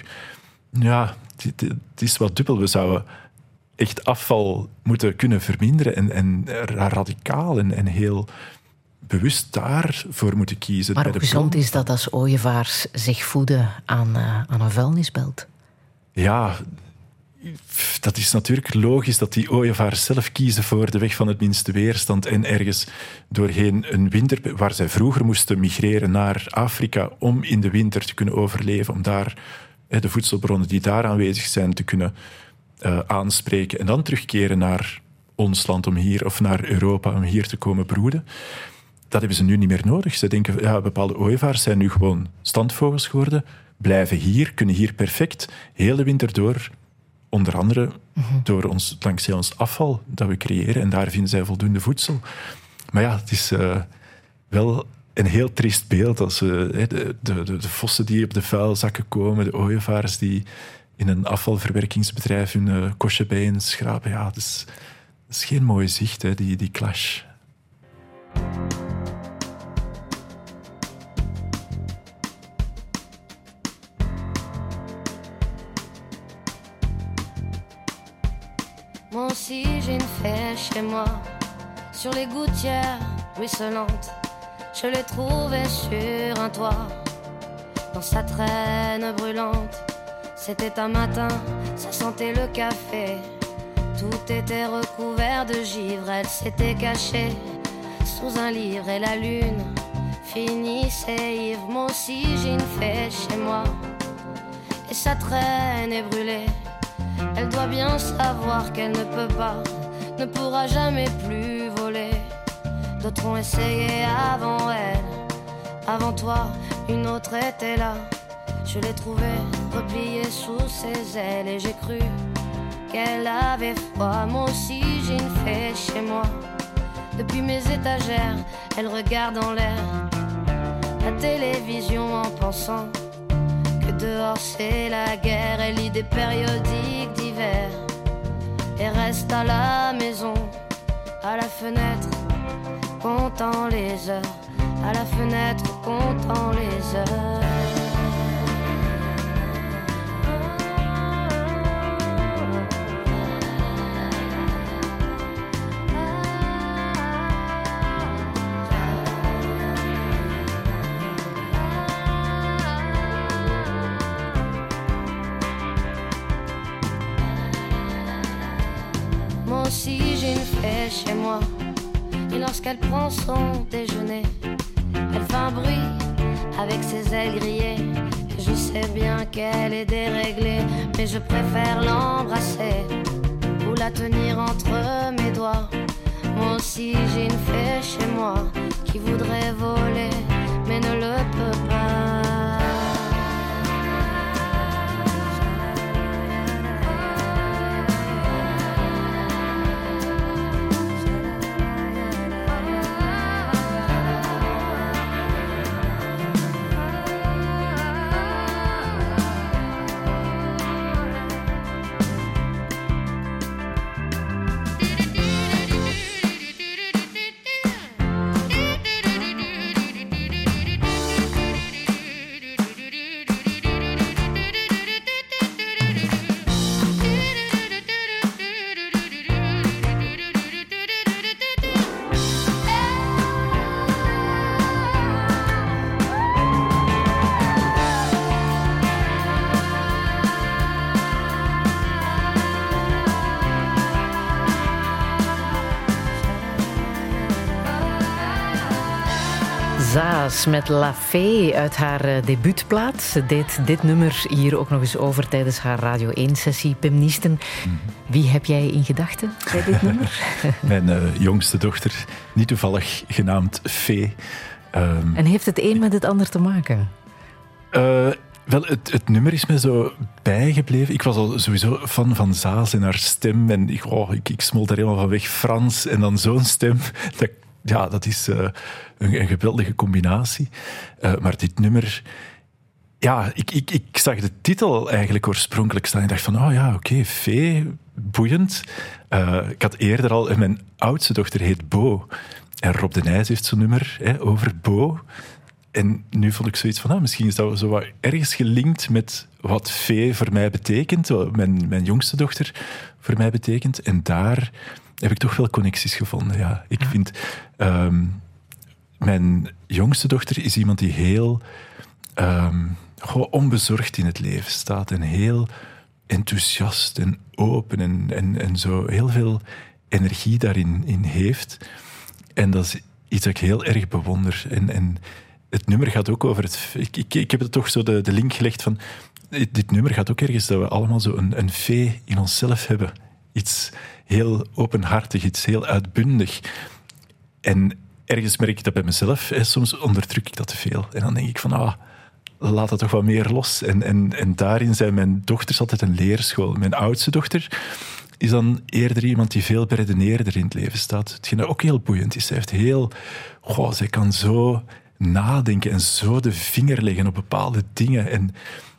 Ja, het, het is wat dubbel. We zouden echt afval moeten kunnen verminderen en, en radicaal en, en heel bewust daarvoor moeten kiezen. Maar bij hoe de gezond bron. is dat als ooievaars zich voeden aan, uh, aan een vuilnisbelt? Ja, dat is natuurlijk logisch dat die ooievaars zelf kiezen voor de weg van het minste weerstand en ergens doorheen een winter, waar zij vroeger moesten migreren naar Afrika om in de winter te kunnen overleven, om daar de voedselbronnen die daar aanwezig zijn te kunnen uh, aanspreken en dan terugkeren naar ons land om hier, of naar Europa om hier te komen broeden. Dat hebben ze nu niet meer nodig. Ze denken, ja, bepaalde ooievaars zijn nu gewoon standvogels geworden, blijven hier, kunnen hier perfect heel de winter door, onder andere mm-hmm. door ons, dankzij ons afval dat we creëren, en daar vinden zij voldoende voedsel. Maar ja, het is uh, wel een heel triest beeld als uh, de, de, de, de vossen die op de vuilzakken komen, de ooievaars die in een afvalverwerkingsbedrijf hun uh, kostje bijeen schrapen. Ja, dat is, dat is geen mooi zicht, hè, die, die clash. Moi aussi j'ai une fée chez moi, sur les gouttières ruisselantes. Je l'ai trouvée sur un toit, dans sa traîne brûlante. C'était un matin, ça sentait le café. Tout était recouvert de givre, elle s'était cachée sous un livre et la lune finissait ivre. Moi aussi j'ai une fée chez moi, et sa traîne est brûlée. Elle doit bien savoir qu'elle ne peut pas, ne pourra jamais plus voler. D'autres ont essayé avant elle, avant toi, une autre était là. Je l'ai trouvée repliée sous ses ailes et j'ai cru qu'elle avait froid. Moi aussi j'ai une fée chez moi, depuis mes étagères, elle regarde en l'air la télévision en pensant que dehors c'est la guerre. Elle lit des périodiques d'hiver et reste à la maison, à la fenêtre, comptant les heures, à la fenêtre, comptant les heures. Moi aussi j'ai une fée chez moi, et lorsqu'elle prend son déjeuner, elle fait un bruit avec ses ailes grillées. Et je sais bien qu'elle est déréglée, mais je préfère l'embrasser ou la tenir entre mes doigts. Moi aussi j'ai une fée chez moi qui voudrait voler, mais ne le peut pas. Zaas met La Fée uit haar uh, debuutplaat. Ze deed dit nummer hier ook nog eens over tijdens haar Radio één-sessie. Pim Niesten, mm-hmm. Wie heb jij in gedachten bij dit nummer? Mijn uh, jongste dochter, niet toevallig genaamd Fee. Um, en heeft het een met het ander te maken? Uh, wel, het, het nummer is me zo bijgebleven. Ik was al sowieso fan van Zaas en haar stem. En ik, oh, ik, ik smolt daar helemaal van weg. Frans en dan zo'n stem. Dat, ja, dat is uh, een, een geweldige combinatie. Uh, maar dit nummer... Ja, ik, ik, ik zag de titel eigenlijk oorspronkelijk staan. En dacht van, oh ja, oké, okay, Fee, boeiend. Uh, ik had eerder al... Mijn oudste dochter heet Bo. En Rob de Nijs heeft zo'n nummer hè, over Bo. En nu vond ik zoiets van, ah, misschien is dat zo wat ergens gelinkt met wat Fee voor mij betekent, wat mijn, mijn jongste dochter voor mij betekent. En daar heb ik toch wel connecties gevonden. Ja, ik vind... Um, mijn jongste dochter is iemand die heel um, gewoon onbezorgd in het leven staat en heel enthousiast en open en, en, en zo heel veel energie daarin in heeft. En dat is iets dat ik heel erg bewonder. En, en het nummer gaat ook over het... Ik, ik, ik heb er toch zo de, de link gelegd van... Dit nummer gaat ook ergens dat we allemaal zo een, een vee in onszelf hebben. Iets heel openhartig, iets heel uitbundig. En ergens merk ik dat bij mezelf. Hè, soms onderdruk ik dat te veel. En dan denk ik van, ah, laat dat toch wat meer los. En, en, en daarin zijn mijn dochters altijd een leerschool. Mijn oudste dochter is dan eerder iemand die veel beredeneerder in het leven staat. Hetgeen dat ook heel boeiend is. Zij heeft heel... Goh, zij kan zo nadenken en zo de vinger leggen op bepaalde dingen. En,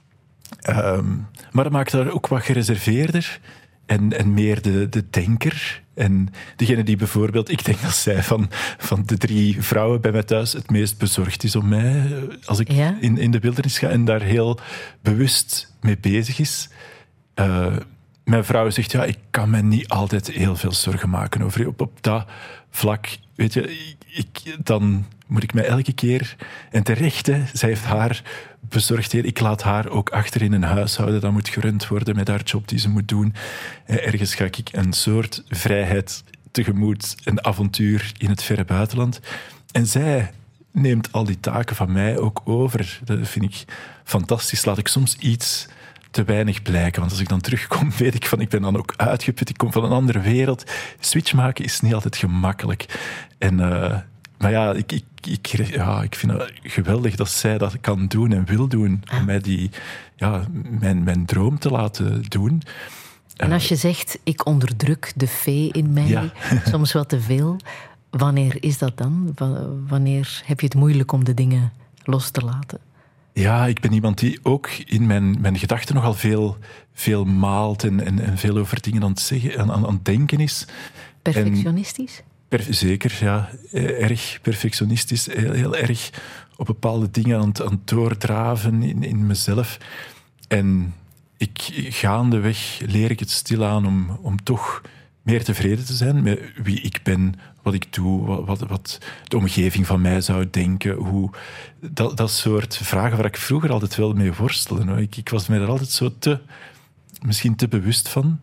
um, maar dat maakt haar ook wat gereserveerder en, en meer de, de denker. En degene die bijvoorbeeld... Ik denk dat zij van, van de drie vrouwen bij mij thuis het meest bezorgd is om mij, als ik ja? in, in de wildernis ga en daar heel bewust mee bezig is. Uh, mijn vrouw zegt, ja, ik kan me niet altijd heel veel zorgen maken over je. Op, op dat vlak, weet je, ik, dan moet ik mij elke keer... En terecht, hè, zij heeft haar bezorgdheid. Ik laat haar ook achter in een huishouden. Dat moet gerund worden met haar job die ze moet doen. Ergens ga ik een soort vrijheid tegemoet, een avontuur in het verre buitenland. En zij neemt al die taken van mij ook over. Dat vind ik fantastisch. Laat ik soms iets te weinig blijken. Want als ik dan terugkom, weet ik van, ik ben dan ook uitgeput. Ik kom van een andere wereld. Switch maken is niet altijd gemakkelijk. En... Uh, Maar ja ik, ik, ik, ja, ik vind het geweldig dat zij dat kan doen en wil doen. Ah. Om mij die, ja, mijn, mijn droom te laten doen. En als je zegt, ik onderdruk de fee in mij, ja. soms wat te veel. Wanneer is dat dan? Wanneer heb je het moeilijk om de dingen los te laten? Ja, ik ben iemand die ook in mijn, mijn gedachten nogal veel, veel maalt en, en, en veel over dingen aan het zeggen, aan, aan het denken is. Perfectionistisch? En, Per, zeker, ja. Erg perfectionistisch. Heel, heel erg op bepaalde dingen aan het, aan het doordraven in, in mezelf. En ik, gaandeweg leer ik het stilaan om, om toch meer tevreden te zijn met wie ik ben, wat ik doe, wat, wat, wat de omgeving van mij zou denken. Hoe, dat, dat soort vragen waar ik vroeger altijd wel mee worstelde. Ik, ik was me er altijd zo te, misschien te bewust van.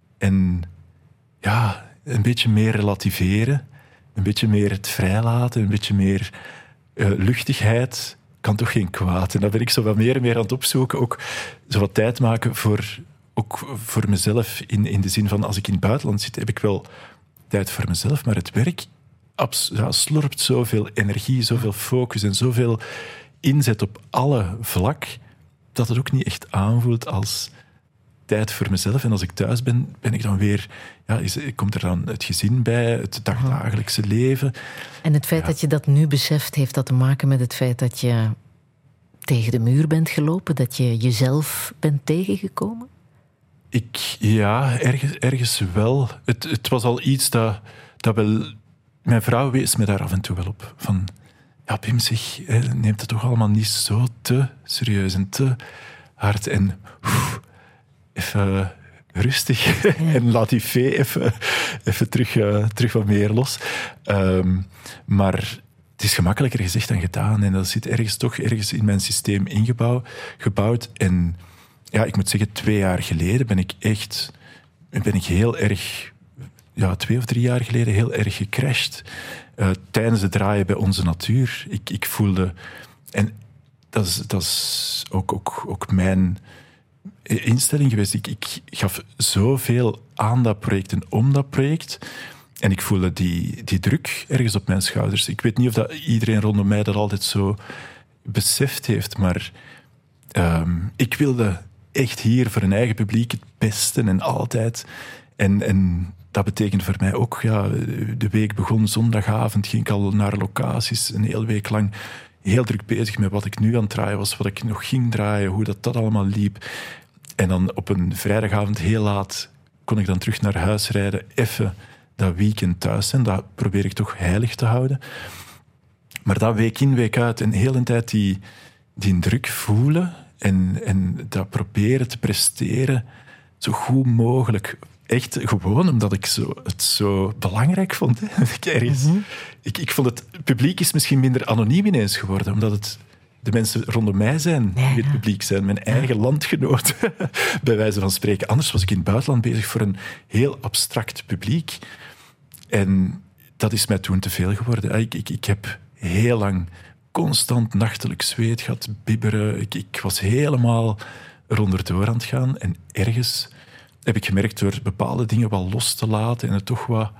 En ja... Een beetje meer relativeren, een beetje meer het vrijlaten, een beetje meer uh, luchtigheid kan toch geen kwaad. En daar ben ik zo wat meer en meer aan het opzoeken. Ook zo wat tijd maken voor, ook voor mezelf. In, in de zin van, als ik in het buitenland zit, heb ik wel tijd voor mezelf. Maar het werk abs- ja, slorpt zoveel energie, zoveel focus en zoveel inzet op alle vlak, dat het ook niet echt aanvoelt als... tijd voor mezelf. En als ik thuis ben, ben ik dan weer... Ja, is, komt er dan het gezin bij, het dagdagelijkse leven. En het feit ja. dat je dat nu beseft, heeft dat te maken met het feit dat je tegen de muur bent gelopen? Dat je jezelf bent tegengekomen? Ik, ja, ergens, ergens wel. Het, het was al iets dat, dat wel... Mijn vrouw wees me daar af en toe wel op. Van, ja, Pim, zeg, neemt het toch allemaal niet zo te serieus en te hard. En... Oef, even rustig ja. en laat die vee even, even terug, uh, terug wat meer los. Um, maar het is gemakkelijker gezegd dan gedaan. En dat zit ergens toch ergens in mijn systeem ingebouwd. Gebouwd. En ja, ik moet zeggen, twee jaar geleden ben ik echt... ben ik heel erg... Ja, twee of drie jaar geleden heel erg gecrashed. Uh, tijdens het draaien bij Onze Natuur. Ik, ik voelde... En dat is, dat is ook, ook, ook mijn... instelling geweest. Ik, ik gaf zoveel aan dat project en om dat project. En ik voelde die, die druk ergens op mijn schouders. Ik weet niet of dat iedereen rondom mij dat altijd zo beseft heeft, maar um, ik wilde echt hier voor een eigen publiek het beste en altijd. En, en dat betekent voor mij ook, ja, de week begon zondagavond, ging ik al naar locaties, een hele week lang heel druk bezig met wat ik nu aan het draaien was, wat ik nog ging draaien, hoe dat, dat allemaal liep. En dan op een vrijdagavond heel laat kon ik dan terug naar huis rijden, even dat weekend thuis zijn. Dat probeer ik toch heilig te houden. Maar dat week in, week uit en de hele tijd die, die druk voelen en, en dat proberen te presteren zo goed mogelijk. Echt gewoon omdat ik zo, het zo belangrijk vond. Hè. Ik, ergens, mm-hmm. ik, ik vond het, het publiek is misschien minder anoniem ineens geworden, omdat het de mensen rondom mij zijn Ja, ja. die het publiek zijn. Mijn eigen landgenoten, bij wijze van spreken. Anders was ik in het buitenland bezig voor een heel abstract publiek. En dat is mij toen te veel geworden. Ik, ik, ik heb heel lang constant nachtelijk zweet gehad, bibberen. Ik, ik was helemaal eronder door aan het gaan. En ergens heb ik gemerkt, door bepaalde dingen wat los te laten en het toch wat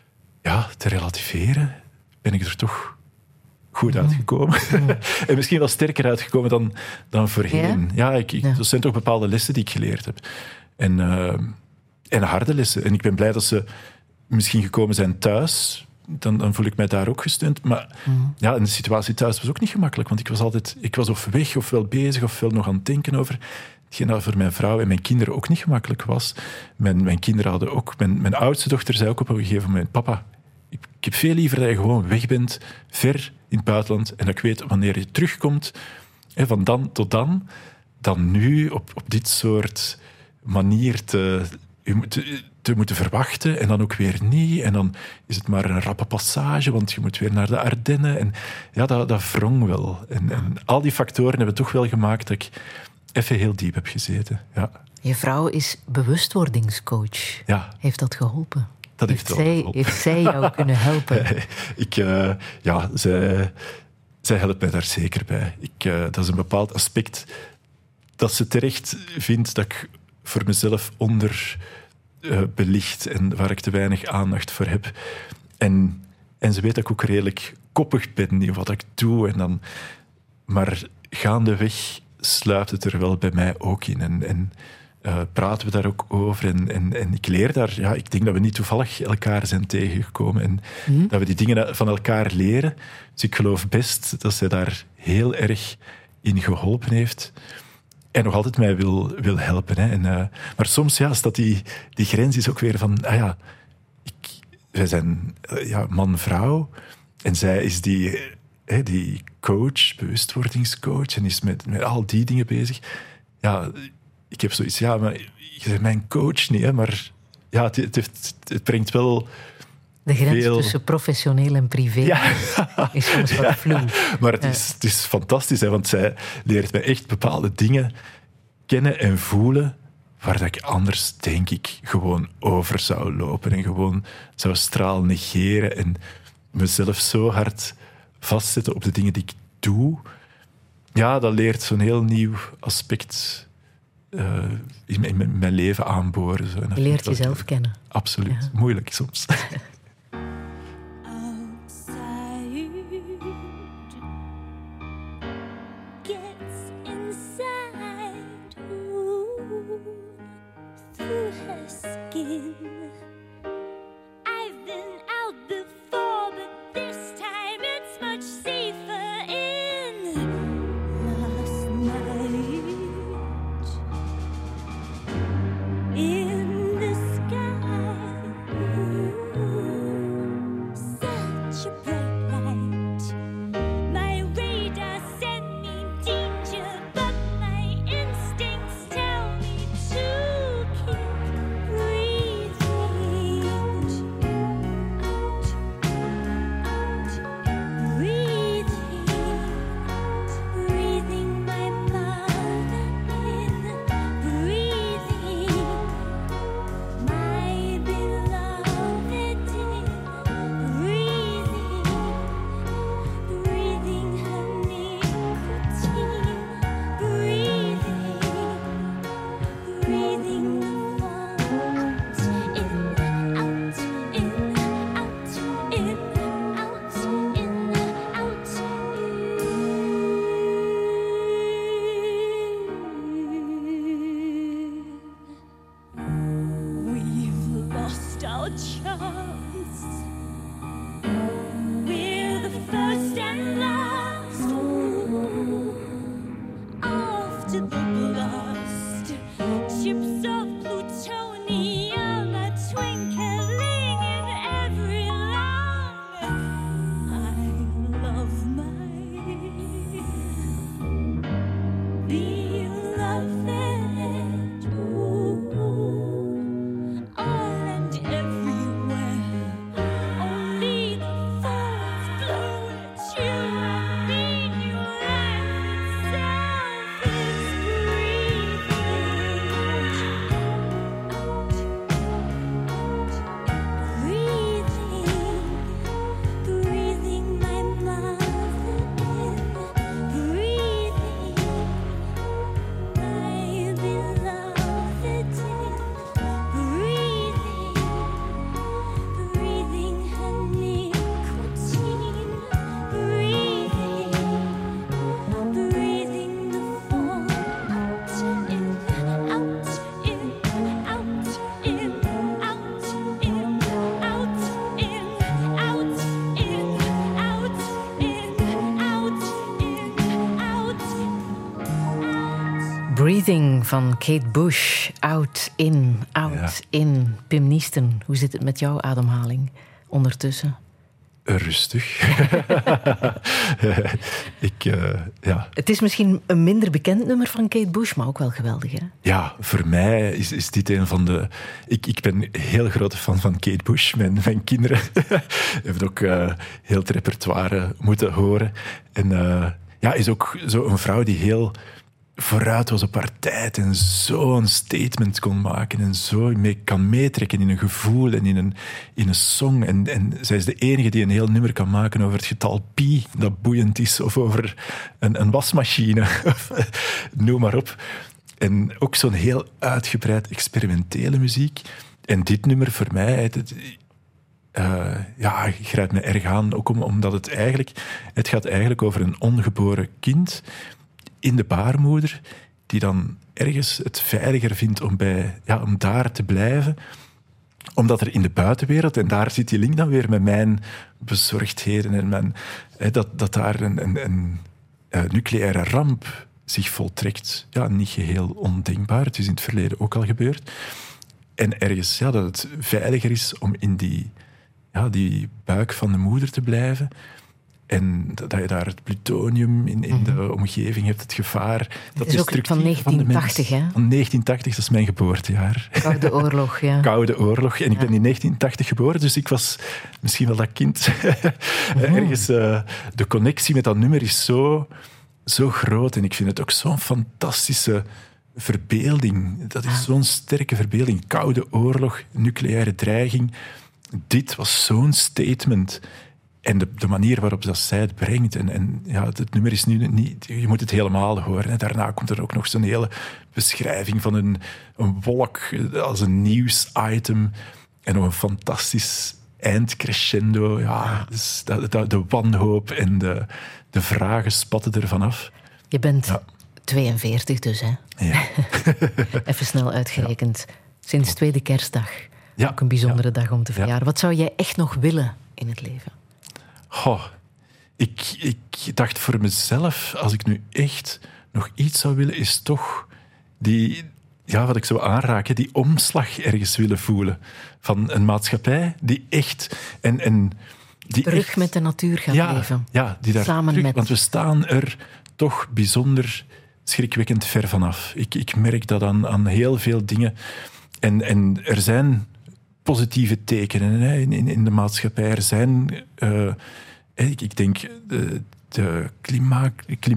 ja, te relativeren, ben ik er toch goed uitgekomen. Mm. En misschien wel sterker uitgekomen dan, dan voorheen. Ja, ja, ik, ik, ja, dat zijn toch bepaalde lessen die ik geleerd heb. En, uh, en harde lessen. En ik ben blij dat ze misschien gekomen zijn thuis. Dan, dan voel ik mij daar ook gesteund. Maar mm. ja, en de situatie thuis was ook niet gemakkelijk. Want ik was altijd ik was of weg, of wel bezig, of wel nog aan het denken over hetgeen dat voor mijn vrouw en mijn kinderen ook niet gemakkelijk was. Mijn, mijn kinderen hadden ook... Mijn, mijn oudste dochter zei ook op een gegeven moment: papa, ik, ik heb veel liever dat je gewoon weg bent, ver in het buitenland, en dat ik weet wanneer je terugkomt, hè, van dan tot dan, dan nu op, op dit soort manier te, te, te moeten verwachten en dan ook weer niet. En dan is het maar een rappe passage, want je moet weer naar de Ardennen. En ja, dat, dat wrong wel. En, en al die factoren hebben toch wel gemaakt dat ik even heel diep heb gezeten. Ja. Je vrouw is bewustwordingscoach. Ja. Heeft dat geholpen? Dat heeft, heeft, zij, heeft zij jou kunnen helpen? ik, uh, ja, zij, zij helpt mij daar zeker bij. Ik, uh, dat is een bepaald aspect dat ze terecht vindt dat ik voor mezelf onder uh, belicht en waar ik te weinig aandacht voor heb. En, en ze weet dat ik ook redelijk koppig ben in wat ik doe. En dan, maar gaandeweg sluipt het er wel bij mij ook in. En, en uh, praten we daar ook over. En, en, en ik leer daar... Ja, ik denk dat we niet toevallig elkaar zijn tegengekomen. En mm. dat we die dingen van elkaar leren. Dus ik geloof best dat zij daar heel erg in geholpen heeft. En nog altijd mij wil, wil helpen. Hè. En, uh, maar soms ja, staat die, die grens is ook weer van... Ah ja, ik, wij zijn uh, ja, man-vrouw. En zij is die... He, die coach, bewustwordingscoach, en is met, met al die dingen bezig. Ja, ik heb zoiets, ja, maar je bent mijn coach niet, hè, maar ja, het, het, heeft, het brengt wel de grens veel... tussen professioneel en privé ja. is soms wat vloe. Maar het, ja. is, het is fantastisch, hè, want zij leert mij echt bepaalde dingen kennen en voelen waar dat ik anders, denk ik, gewoon over zou lopen en gewoon zou straal negeren en mezelf zo hard vastzetten op de dingen die ik doe. Ja, dat leert zo'n heel nieuw aspect uh, in, in, in mijn leven aanboren. Zo. Je leert jezelf kennen. Absoluut. Ja. Moeilijk soms. van Kate Bush. Out, in, out, ja. in. Pim Niesten, hoe zit het met jouw ademhaling ondertussen? Rustig. ik, uh, ja. Het is misschien een minder bekend nummer van Kate Bush, maar ook wel geweldig, hè? Ja, voor mij is, is dit een van de... Ik, ik ben een heel grote fan van Kate Bush. Mijn, mijn kinderen hebben ook uh, heel het repertoire moeten horen. En uh, ja, is ook zo een vrouw die heel vooruit was op haar tijd en zo'n statement kon maken en zo mee kan meetrekken in een gevoel en in een, in een song. En, en zij is de enige die een heel nummer kan maken over het getal pi, dat boeiend is, of over een, een wasmachine, noem maar op. En ook zo'n heel uitgebreid experimentele muziek. En dit nummer voor mij... Het, Uh, ja, grijpt me erg aan, ook om, omdat het eigenlijk... Het gaat eigenlijk over een ongeboren kind in de baarmoeder, die dan ergens het veiliger vindt om, bij, ja, om daar te blijven, omdat er in de buitenwereld, en daar zit die link dan weer met mijn bezorgdheden, en mijn, hè, dat, dat daar een, een, een, een nucleaire ramp zich voltrekt. Ja, niet geheel ondenkbaar, het is in het verleden ook al gebeurd. En ergens, ja, dat het veiliger is om in die, ja, die buik van de moeder te blijven. En dat je daar het plutonium in, in de omgeving hebt, het gevaar. Dat is ook van negentien tachtig, hè? Van negentien tachtig, dat is mijn geboortejaar. Koude oorlog, ja. Koude oorlog. En ik ja. ben in negentien tachtig geboren, dus ik was misschien wel dat kind. Oh. Ergens, uh, de connectie met dat nummer is zo, zo groot. En ik vind het ook zo'n fantastische verbeelding. Dat is ah. zo'n sterke verbeelding. Koude oorlog, nucleaire dreiging. Dit was zo'n statement. En de, de manier waarop dat zij het brengt. En, en ja, het nummer is nu niet... Je moet het helemaal horen. Hè. Daarna komt er ook nog zo'n hele beschrijving van een, een wolk als een nieuwsitem. En nog een fantastisch eindcrescendo. Ja, dus de, de, de wanhoop en de, de vragen spatten ervan af. Je bent ja. tweeënveertig dus, hè? Ja. Even snel uitgerekend. Ja. Sinds tweede kerstdag. Ja. Ook een bijzondere ja. dag om te verjaren. Ja. Wat zou jij echt nog willen in het leven? Goh, ik, ik dacht voor mezelf, als ik nu echt nog iets zou willen, is toch die, ja, wat ik zou aanraken, die omslag ergens willen voelen. Van een maatschappij die echt... En, en die terug echt, met de natuur gaat ja, leven. Ja, die daar samen terug, met... Want we staan er toch bijzonder schrikwekkend ver vanaf. Ik, ik merk dat aan, aan heel veel dingen. En, en er zijn... positieve tekenen hè, in, in de maatschappij. Er zijn, uh, ik, ik denk, de, de klimaat,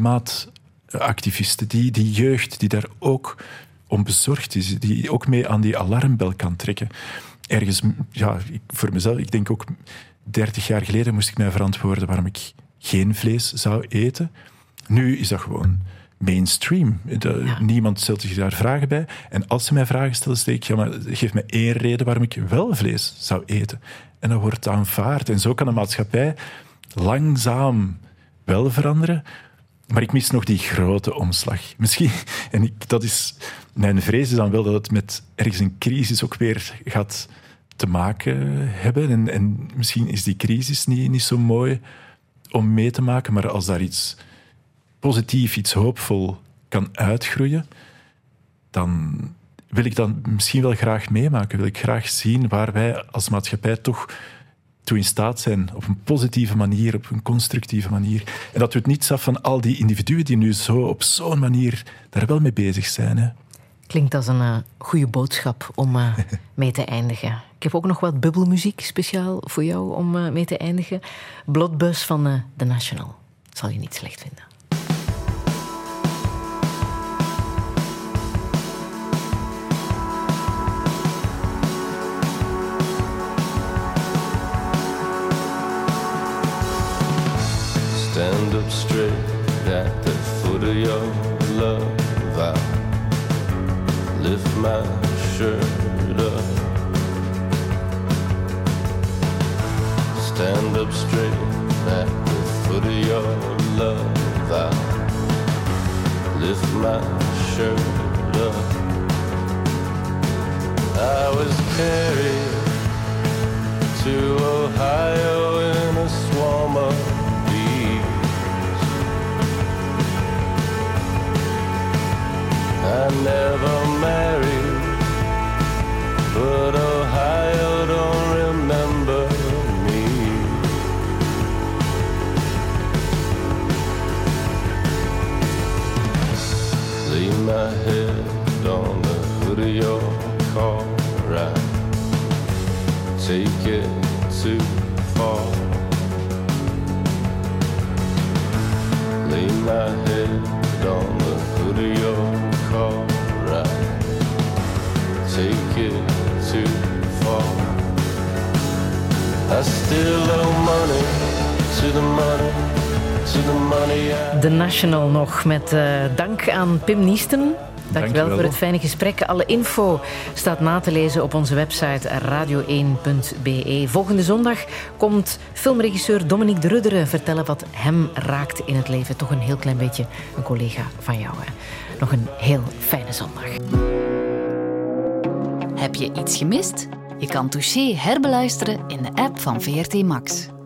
klimaatactivisten, die, die jeugd die daar ook om bezorgd is, die ook mee aan die alarmbel kan trekken. Ergens, ja, ik, voor mezelf, ik denk ook, dertig jaar geleden moest ik mij verantwoorden waarom ik geen vlees zou eten. Nu is dat gewoon... mainstream. De, ja. Niemand stelt zich daar vragen bij. En als ze mij vragen stellen, steek ik, ja, maar geef me één reden waarom ik wel vlees zou eten. En dat wordt aanvaard. En zo kan de maatschappij langzaam wel veranderen. Maar ik mis nog die grote omslag. Misschien, en ik, dat is, mijn vrees is dan wel dat het met ergens een crisis ook weer gaat te maken hebben. En, en misschien is die crisis niet, niet zo mooi om mee te maken, maar als daar iets positief, iets hoopvol kan uitgroeien, dan wil ik dat misschien wel graag meemaken. Wil ik graag zien waar wij als maatschappij toch toe in staat zijn, op een positieve manier, op een constructieve manier. En dat doet niets af van al die individuen die nu zo op zo'n manier daar wel mee bezig zijn. Hè. Klinkt als een uh, goede boodschap om uh, mee te eindigen. Ik heb ook nog wat bubbelmuziek speciaal voor jou om uh, mee te eindigen. Bloodbuzz van uh, The National. Dat zal je niet slecht vinden. Stand up straight at the foot of your love. I lift my shirt up. Stand up straight at the foot of your love. I lift my shirt up. I was carried to Ohio in a swarm of I never take it too far. Lay my head on the hood of your car, right? Take it too far. I still owe money to the money, to the money I... The National nog met uh, dank aan Pim Niesten. Dankjewel Dank voor het fijne gesprek. Alle info staat na te lezen op onze website radio één punt b e. Volgende zondag komt filmregisseur Dominique de Rudderen vertellen wat hem raakt in het leven. Toch een heel klein beetje een collega van jou. Hè. Nog een heel fijne zondag. Heb je iets gemist? Je kan Touché herbeluisteren in de app van V R T Max.